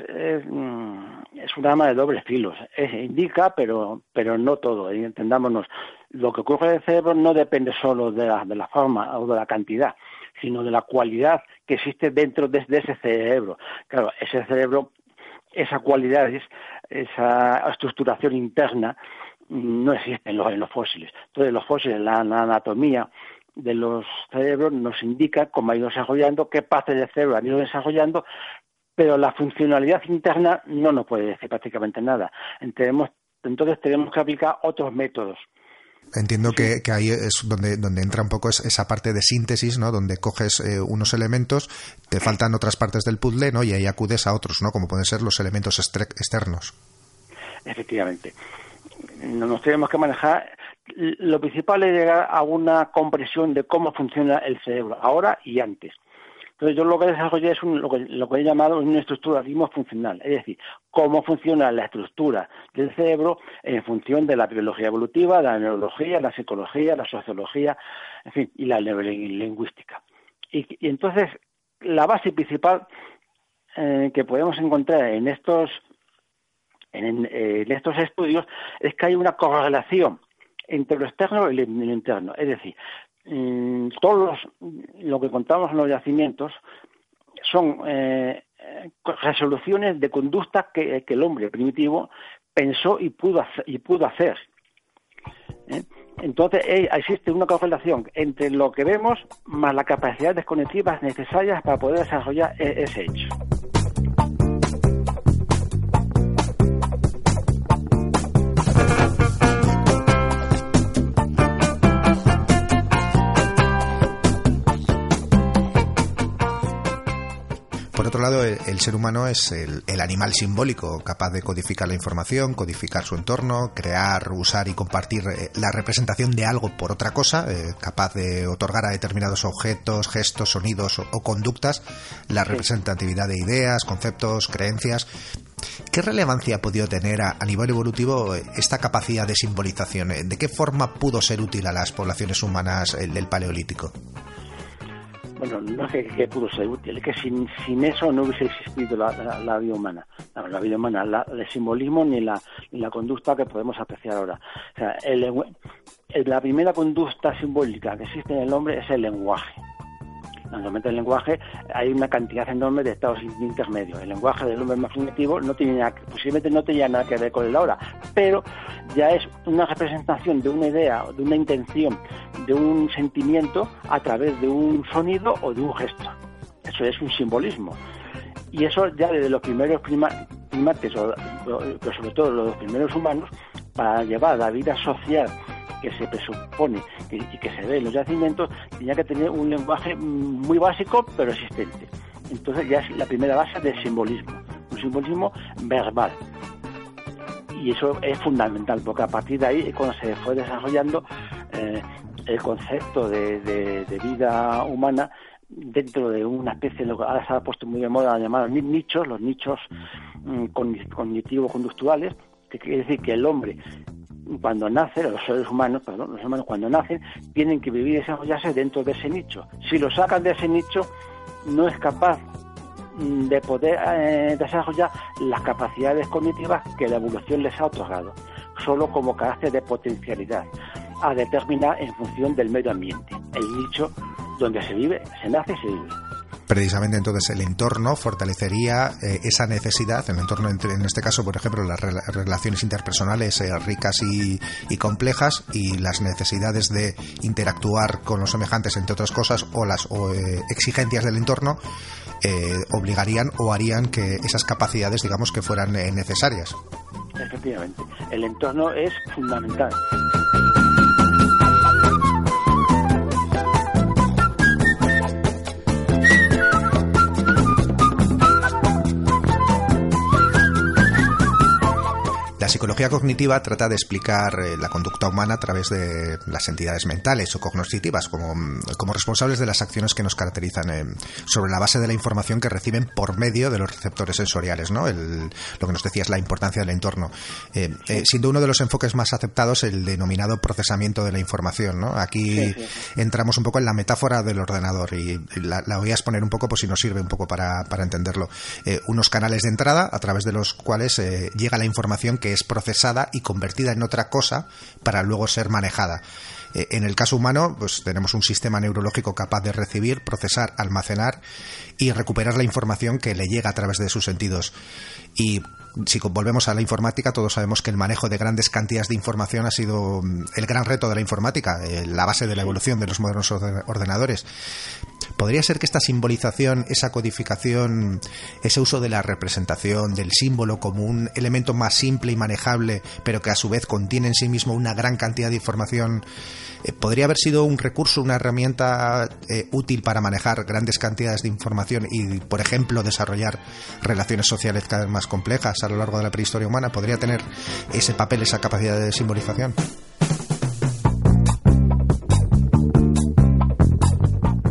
un arma de doble filo. Indica, pero no todo. Entendámonos. Lo que ocurre en el cerebro no depende solo de la forma o de la cantidad, sino de la cualidad que existe dentro de ese cerebro. Claro, ese cerebro, esa cualidad, esa estructuración interna, no existen en los fósiles. Entonces, los fósiles, la anatomía de los cerebros nos indica cómo ha ido desarrollando, qué partes del cerebro han ido desarrollando, pero la funcionalidad interna no nos puede decir prácticamente nada. Entonces tenemos que aplicar otros métodos. Entiendo que ahí es donde entra un poco esa parte de síntesis, ¿no? Donde coges unos elementos, te faltan otras partes del puzzle, ¿no? Y ahí acudes a otros, ¿no? Como pueden ser los elementos externos. Efectivamente. Nos tenemos que manejar. Lo principal es llegar a una comprensión de cómo funciona el cerebro, ahora y antes. Entonces yo lo que desarrollé es lo que he llamado un estructuralismo funcional, es decir, cómo funciona la estructura del cerebro en función de la biología evolutiva, la neurología, la psicología, la sociología, en fin, y la lingüística. Y entonces la base principal que podemos encontrar en estos estudios es que hay una correlación entre lo externo y lo interno, es decir, lo que contamos en los yacimientos son resoluciones de conducta que el hombre primitivo pensó y pudo hacer. Entonces existe una correlación entre lo que vemos más las capacidades cognitivas necesarias para poder desarrollar ese hecho. Por otro lado, el ser humano es el animal simbólico, capaz de codificar la información, codificar su entorno, crear, usar y compartir la representación de algo por otra cosa, capaz de otorgar a determinados objetos, gestos, sonidos o conductas la representatividad de ideas, conceptos, creencias. ¿Qué relevancia ha podido tener a nivel evolutivo esta capacidad de simbolización? ¿De qué forma pudo ser útil a las poblaciones humanas del Paleolítico? Bueno, no es que pudo ser útil, es que sin eso no hubiese existido la vida humana. La vida humana, el simbolismo ni la conducta que podemos apreciar ahora. O sea, la primera conducta simbólica que existe en el hombre es el lenguaje. Normalmente el lenguaje hay una cantidad enorme de estados intermedios. El lenguaje del hombre más primitivo posiblemente no tenía nada que ver con el ahora, pero ya es una representación de una idea, de una intención, de un sentimiento a través de un sonido o de un gesto. Eso es un simbolismo. Y eso ya desde los primeros primates, pero sobre todo los primeros humanos, para llevar la vida social que se presupone y que se ve en los yacimientos, tenía que tener un lenguaje muy básico pero existente. Entonces ya es la primera base del simbolismo, un simbolismo verbal. Y eso es fundamental, porque a partir de ahí es cuando se fue desarrollando el concepto de vida humana dentro de una especie, lo que ahora se ha puesto muy de moda, llamados nichos, los nichos cognitivo-conductuales, que quiere decir que el hombre, cuando nace, los humanos cuando nacen, tienen que vivir y desarrollarse dentro de ese nicho. Si lo sacan de ese nicho, no es capaz de poder desarrollar las capacidades cognitivas que la evolución les ha otorgado, solo como carácter de potencialidad, a determinar en función del medio ambiente, el nicho donde se vive, se nace y se vive. Precisamente entonces el entorno fortalecería esa necesidad, el entorno en este caso, por ejemplo, las relaciones interpersonales ricas y complejas, y las necesidades de interactuar con los semejantes, entre otras cosas, o las exigencias del entorno obligarían o harían que esas capacidades, digamos, que fueran necesarias. Efectivamente, el entorno es fundamental. La psicología cognitiva trata de explicar la conducta humana a través de las entidades mentales o cognitivas como responsables de las acciones que nos caracterizan, sobre la base de la información que reciben por medio de los receptores sensoriales, ¿no? Lo que nos decías, la importancia del entorno. Siendo uno de los enfoques más aceptados el denominado procesamiento de la información, ¿no? Aquí entramos un poco en la metáfora del ordenador y la voy a exponer un poco por si nos sirve un poco para entenderlo. Unos canales de entrada a través de los cuales llega la información que es procesada y convertida en otra cosa para luego ser manejada. En el caso humano, pues tenemos un sistema neurológico capaz de recibir, procesar, almacenar y recuperar la información que le llega a través de sus sentidos. Y si volvemos a la informática, todos sabemos que el manejo de grandes cantidades de información ha sido el gran reto de la informática, la base de la evolución de los modernos ordenadores. ¿Podría ser que esta simbolización, esa codificación, ese uso de la representación, del símbolo como un elemento más simple y manejable, pero que a su vez contiene en sí mismo una gran cantidad de información, podría haber sido un recurso, una herramienta útil para manejar grandes cantidades de información y, por ejemplo, desarrollar relaciones sociales cada vez más complejas a lo largo de la prehistoria humana? ¿Podría tener ese papel, esa capacidad de simbolización? Sí,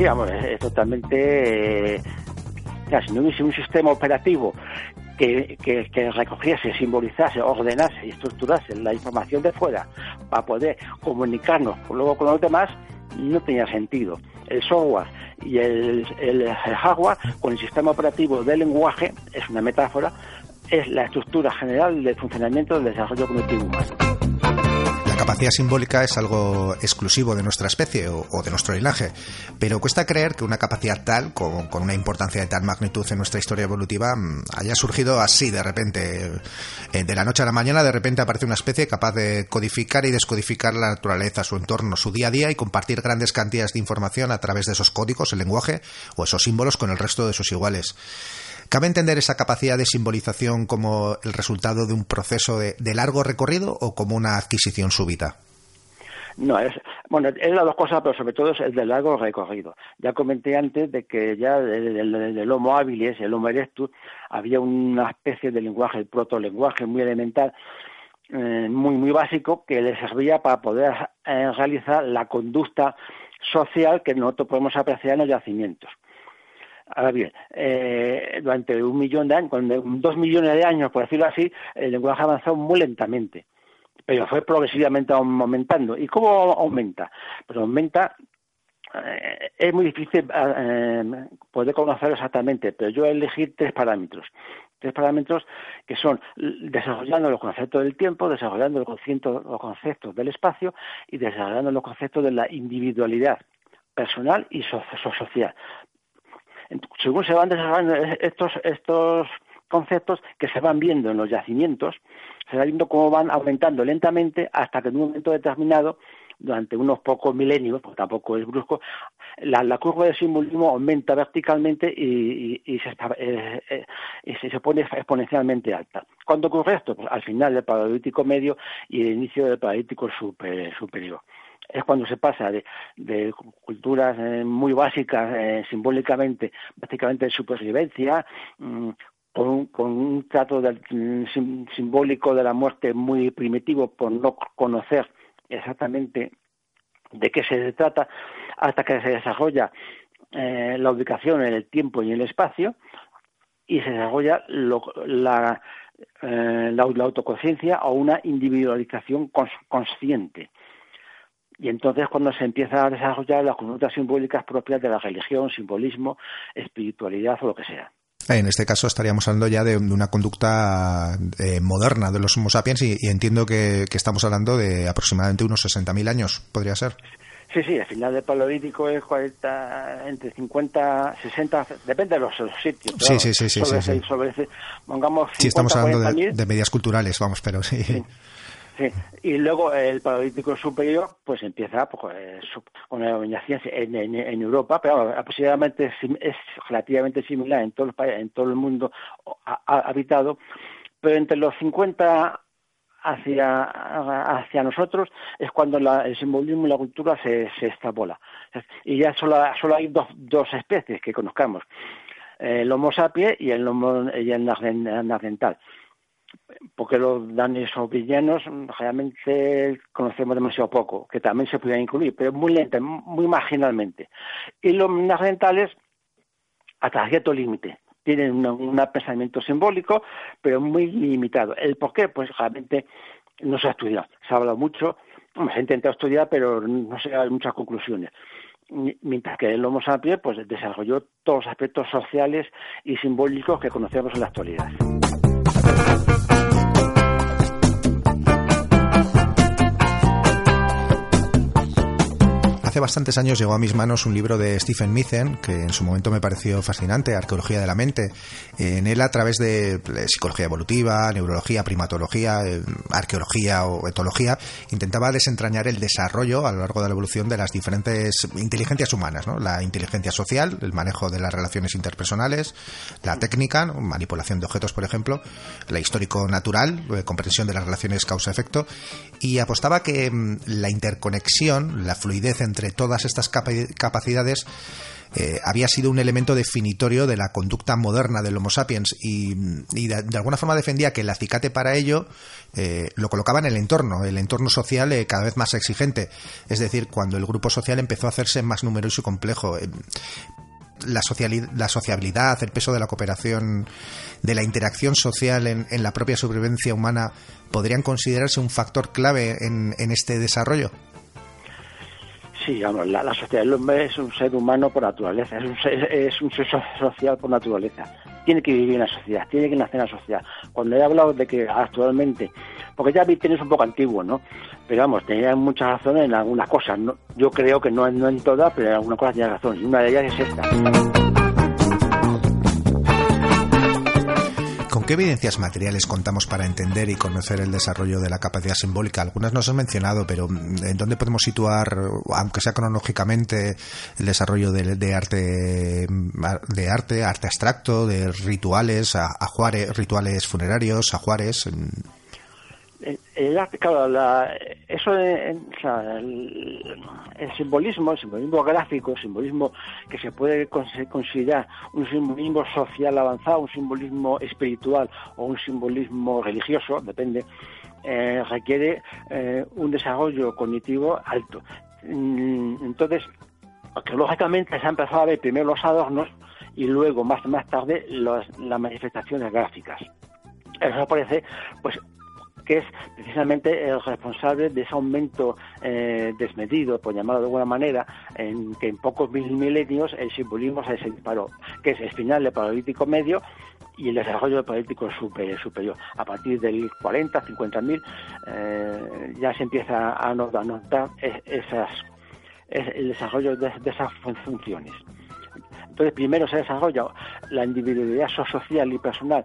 Sí, vamos, es totalmente... si no hubiese un sistema operativo que recogiese, simbolizase, ordenase y estructurase la información de fuera para poder comunicarnos luego con los demás, no tenía sentido. El software y el hardware, con el sistema operativo del lenguaje, es una metáfora, es la estructura general del funcionamiento del desarrollo cognitivo humano. La capacidad simbólica es algo exclusivo de nuestra especie o de nuestro linaje, pero cuesta creer que una capacidad tal, con una importancia de tal magnitud en nuestra historia evolutiva, haya surgido así de repente. De la noche a la mañana, de repente aparece una especie capaz de codificar y descodificar la naturaleza, su entorno, su día a día y compartir grandes cantidades de información a través de esos códigos, el lenguaje o esos símbolos con el resto de sus iguales. ¿Cabe entender esa capacidad de simbolización como el resultado de un proceso de largo recorrido o como una adquisición súbita? No, es las dos cosas, pero sobre todo es el de largo recorrido. Ya comenté antes de que ya del Homo habilis, el Homo erectus, había una especie de lenguaje, el protolenguaje muy elemental, muy básico, que le servía para poder realizar la conducta social que nosotros podemos apreciar en los yacimientos. Ahora bien, durante 1 millón de años, 2 millones de años, por decirlo así, el lenguaje avanzó muy lentamente, pero fue progresivamente aumentando. ¿Y cómo aumenta? Pues aumenta, es muy difícil poder conocerlo exactamente, pero yo elegí 3 parámetros. 3 parámetros que son desarrollando los conceptos del tiempo, desarrollando los conceptos del espacio y desarrollando los conceptos de la individualidad personal y social. Según se van desarrollando estos conceptos que se van viendo en los yacimientos, se va viendo cómo van aumentando lentamente hasta que en un momento determinado, durante unos pocos milenios, porque tampoco es brusco, la curva de simbolismo aumenta verticalmente y se pone exponencialmente alta. ¿Cuándo ocurre esto? Pues al final del Paleolítico Medio y el inicio del Paleolítico Superior. Es cuando se pasa de culturas muy básicas, simbólicamente, prácticamente de supervivencia, con un trato simbólico de la muerte muy primitivo por no conocer exactamente de qué se trata, hasta que se desarrolla la ubicación en el tiempo y en el espacio, y se desarrolla la autoconciencia o una individualización consciente. Y entonces cuando se empieza a desarrollar las conductas simbólicas propias de la religión, simbolismo, espiritualidad o lo que sea. En este caso estaríamos hablando ya de una conducta moderna de los Homo sapiens y entiendo que estamos hablando de aproximadamente unos 60.000 años, ¿podría ser? Sí, el final del Paleolítico es 40, entre 50, 60, depende de los sitios. Sí. Pongamos 50, sí, estamos hablando de medidas culturales, vamos, pero sí. Sí, y luego el Paleolítico Superior pues empieza con la dominación en Europa, pero aproximadamente es relativamente similar en todo el mundo habitado, pero entre los 50 hacia nosotros es cuando el simbolismo y la cultura se extrapola. Y ya solo hay dos especies que conozcamos, el Homo sapiens y el neandertal. Porque los danesovillanos realmente conocemos demasiado poco, que también se podían incluir, pero muy lenta, muy marginalmente. Y los neandertales, hasta cierto límite, tienen un pensamiento simbólico, pero muy limitado. ¿El por qué? Pues realmente no se ha estudiado. Se ha hablado mucho, se ha intentado estudiar, pero no se han muchas conclusiones. Mientras que el Homo sapiens pues desarrolló todos los aspectos sociales y simbólicos que conocemos en la actualidad. Hace bastantes años llegó a mis manos un libro de Stephen Mizzen, que en su momento me pareció fascinante, Arqueología de la mente. En él, a través de psicología evolutiva, neurología, primatología, arqueología o etología, intentaba desentrañar el desarrollo a lo largo de la evolución de las diferentes inteligencias humanas, ¿no? La inteligencia social, el manejo de las relaciones interpersonales, la técnica, ¿no? Manipulación de objetos, por ejemplo, la histórico-natural, comprensión de las relaciones causa-efecto, y apostaba que la interconexión, la fluidez entre entre todas estas capacidades había sido un elemento definitorio de la conducta moderna del Homo sapiens y de alguna forma defendía que el acicate para ello lo colocaba en el entorno social cada vez más exigente, es decir, cuando el grupo social empezó a hacerse más numeroso y complejo. La sociabilidad, el peso de la cooperación, de la interacción social en la propia supervivencia humana, ¿podrían considerarse un factor clave en este desarrollo? Sí, vamos, la sociedad del hombre es un ser humano por naturaleza, es un ser social por naturaleza. Tiene que vivir en la sociedad, tiene que nacer en la sociedad. Cuando he hablado de que actualmente, porque ya es un poco antiguo, ¿no? Pero vamos, tenía muchas razones en algunas cosas, ¿no? Yo creo que no en todas, pero en algunas cosas tiene razón, y una de ellas es esta. ¿Con qué evidencias materiales contamos para entender y conocer el desarrollo de la capacidad simbólica? Algunas nos has mencionado, pero ¿en dónde podemos situar, aunque sea cronológicamente, el desarrollo de arte abstracto, de rituales, ajuares, rituales funerarios, ajuares? El arte, claro, el simbolismo gráfico, simbolismo que se puede considerar un simbolismo social avanzado, un simbolismo espiritual o un simbolismo religioso, depende, requiere un desarrollo cognitivo alto. Entonces, lógicamente se ha empezado a ver primero los adornos y luego, más tarde, las manifestaciones gráficas. Eso parece, pues, que es precisamente el responsable de ese aumento desmedido, por llamarlo de alguna manera, en que en pocos milenios el simbolismo se disparó, que es el final del Paleolítico Medio y el desarrollo del Paleolítico superior. A partir del 40, 50.000 ya se empieza a notar el desarrollo de esas funciones. Entonces, primero se desarrolla la individualidad social y personal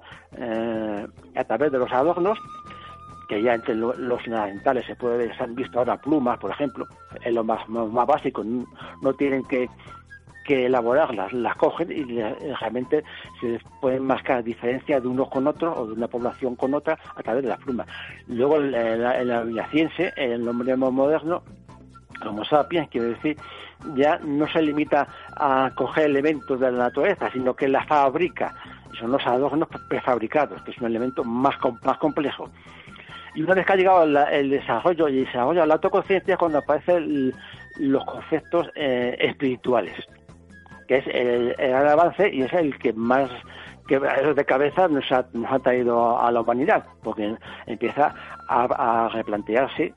a través de los adornos, que ya entre los fundamentales se han visto ahora plumas, por ejemplo, es lo más básico, no tienen que elaborarlas, las cogen y realmente se pueden marcar diferencias de unos con otros o de una población con otra a través de las plumas. Luego, en la Biblia ciense, el hombre moderno, Homo sapiens, quiere decir, ya no se limita a coger elementos de la naturaleza, sino que las fabrica. Son los adornos prefabricados, que es un elemento más complejo. Y una vez que ha llegado el desarrollo de la autoconciencia, es cuando aparecen los conceptos espirituales, que es el gran avance y es el que más que de cabeza nos ha traído a la humanidad, porque empieza a replantearse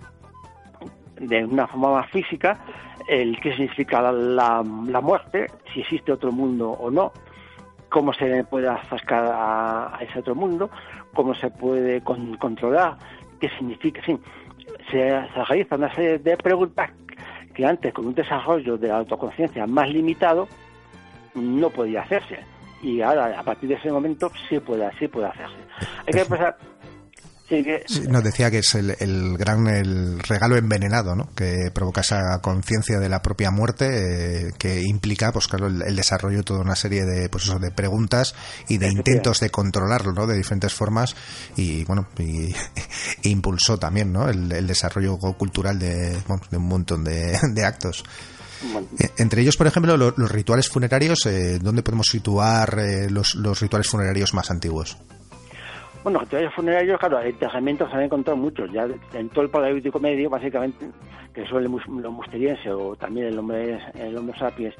de una forma más física el qué significa la muerte, si existe otro mundo o no, cómo se puede acercar a ese otro mundo, cómo se puede controlar, qué significa, sí, se realiza una serie de preguntas que antes, con un desarrollo de la autoconciencia más limitado, no podía hacerse. Y ahora, a partir de ese momento, sí puede hacerse. Hay que pensar... Sí, nos decía que es el regalo envenenado, ¿no? Que provoca esa conciencia de la propia muerte, que implica, pues claro, el desarrollo de toda una serie de, pues eso, de preguntas y de intentos de controlarlo, ¿no? De diferentes formas y bueno, y impulsó también, ¿no? El desarrollo cultural de un montón de actos. Bueno. Entre ellos, por ejemplo, los rituales funerarios. ¿Dónde podemos situar los rituales funerarios más antiguos? Bueno, rituales funerarios, claro, enterramientos se han encontrado muchos, ya en todo el Paleolítico Medio, básicamente, que son los musterienses o también el Homo sapiens,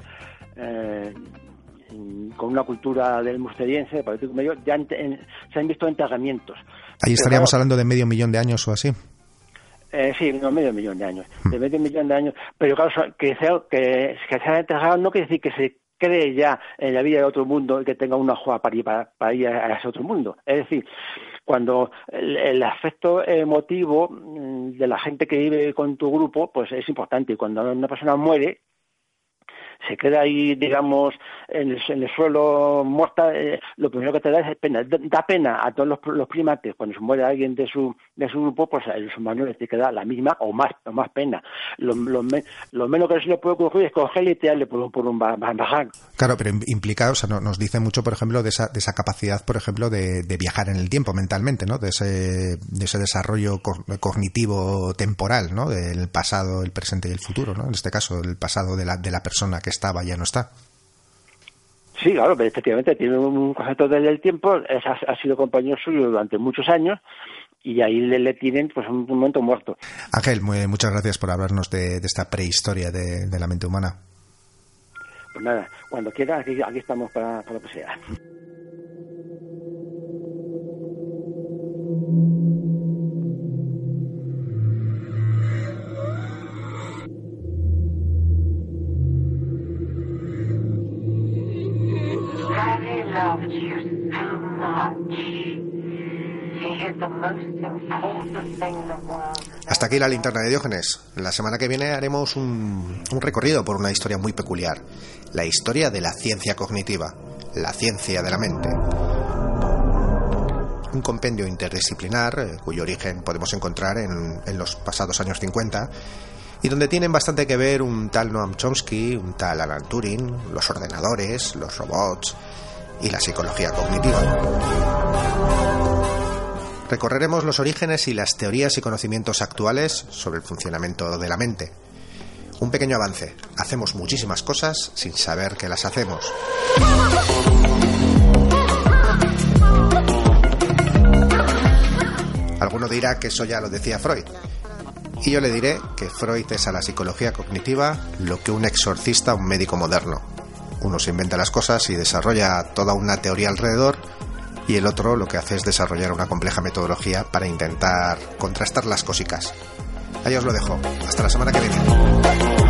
con una cultura del musteriense, del Paleolítico Medio, ya se han visto enterramientos. Ahí estaríamos hablando de 500.000 de años o así. Sí, no, 500.000 de años, de 500.000 de años, pero claro, que se haya enterrado no quiere decir que se cree ya en la vida de otro mundo y que tenga una hoja para ir a ese otro mundo. Es decir, cuando el aspecto emotivo de la gente que vive con tu grupo, pues es importante. Y cuando una persona muere, se queda ahí, digamos, en el suelo muerta, lo primero que te da es pena. Da pena a todos los primates cuando se muere alguien de su grupo, pues a los humanos les queda la misma o más pena. Lo menos que se le puede ocurrir es cogerle y tirarle por un baján. Claro, pero implica, o sea, nos dice mucho, por ejemplo, de esa capacidad, por ejemplo, de viajar en el tiempo mentalmente, ¿no? De ese desarrollo cognitivo temporal, ¿no? Del pasado, el presente y el futuro, ¿no? En este caso, el pasado de la persona que estaba ya no está. Sí, claro, pero efectivamente tiene un concepto del tiempo, ha sido compañero suyo durante muchos años y ahí le tienen pues un momento muerto. Ángel, muchas gracias por hablarnos de esta prehistoria de la mente humana. Pues nada, cuando quiera, aquí estamos para lo que sea. Hasta aquí la linterna de Diógenes. La semana que viene haremos un recorrido por una historia muy peculiar, la historia de la ciencia cognitiva, la ciencia de la mente. Un compendio interdisciplinar cuyo origen podemos encontrar en los pasados años 50 y donde tienen bastante que ver un tal Noam Chomsky, un tal Alan Turing, los ordenadores, los robots y la psicología cognitiva. Recorreremos los orígenes y las teorías y conocimientos actuales sobre el funcionamiento de la mente. Un pequeño avance. Hacemos muchísimas cosas sin saber que las hacemos. Alguno dirá que eso ya lo decía Freud. Y yo le diré que Freud es a la psicología cognitiva lo que un exorcista a un médico moderno. Uno se inventa las cosas y desarrolla toda una teoría alrededor, y el otro lo que hace es desarrollar una compleja metodología para intentar contrastar las cosicas. Ahí os lo dejo. Hasta la semana que viene.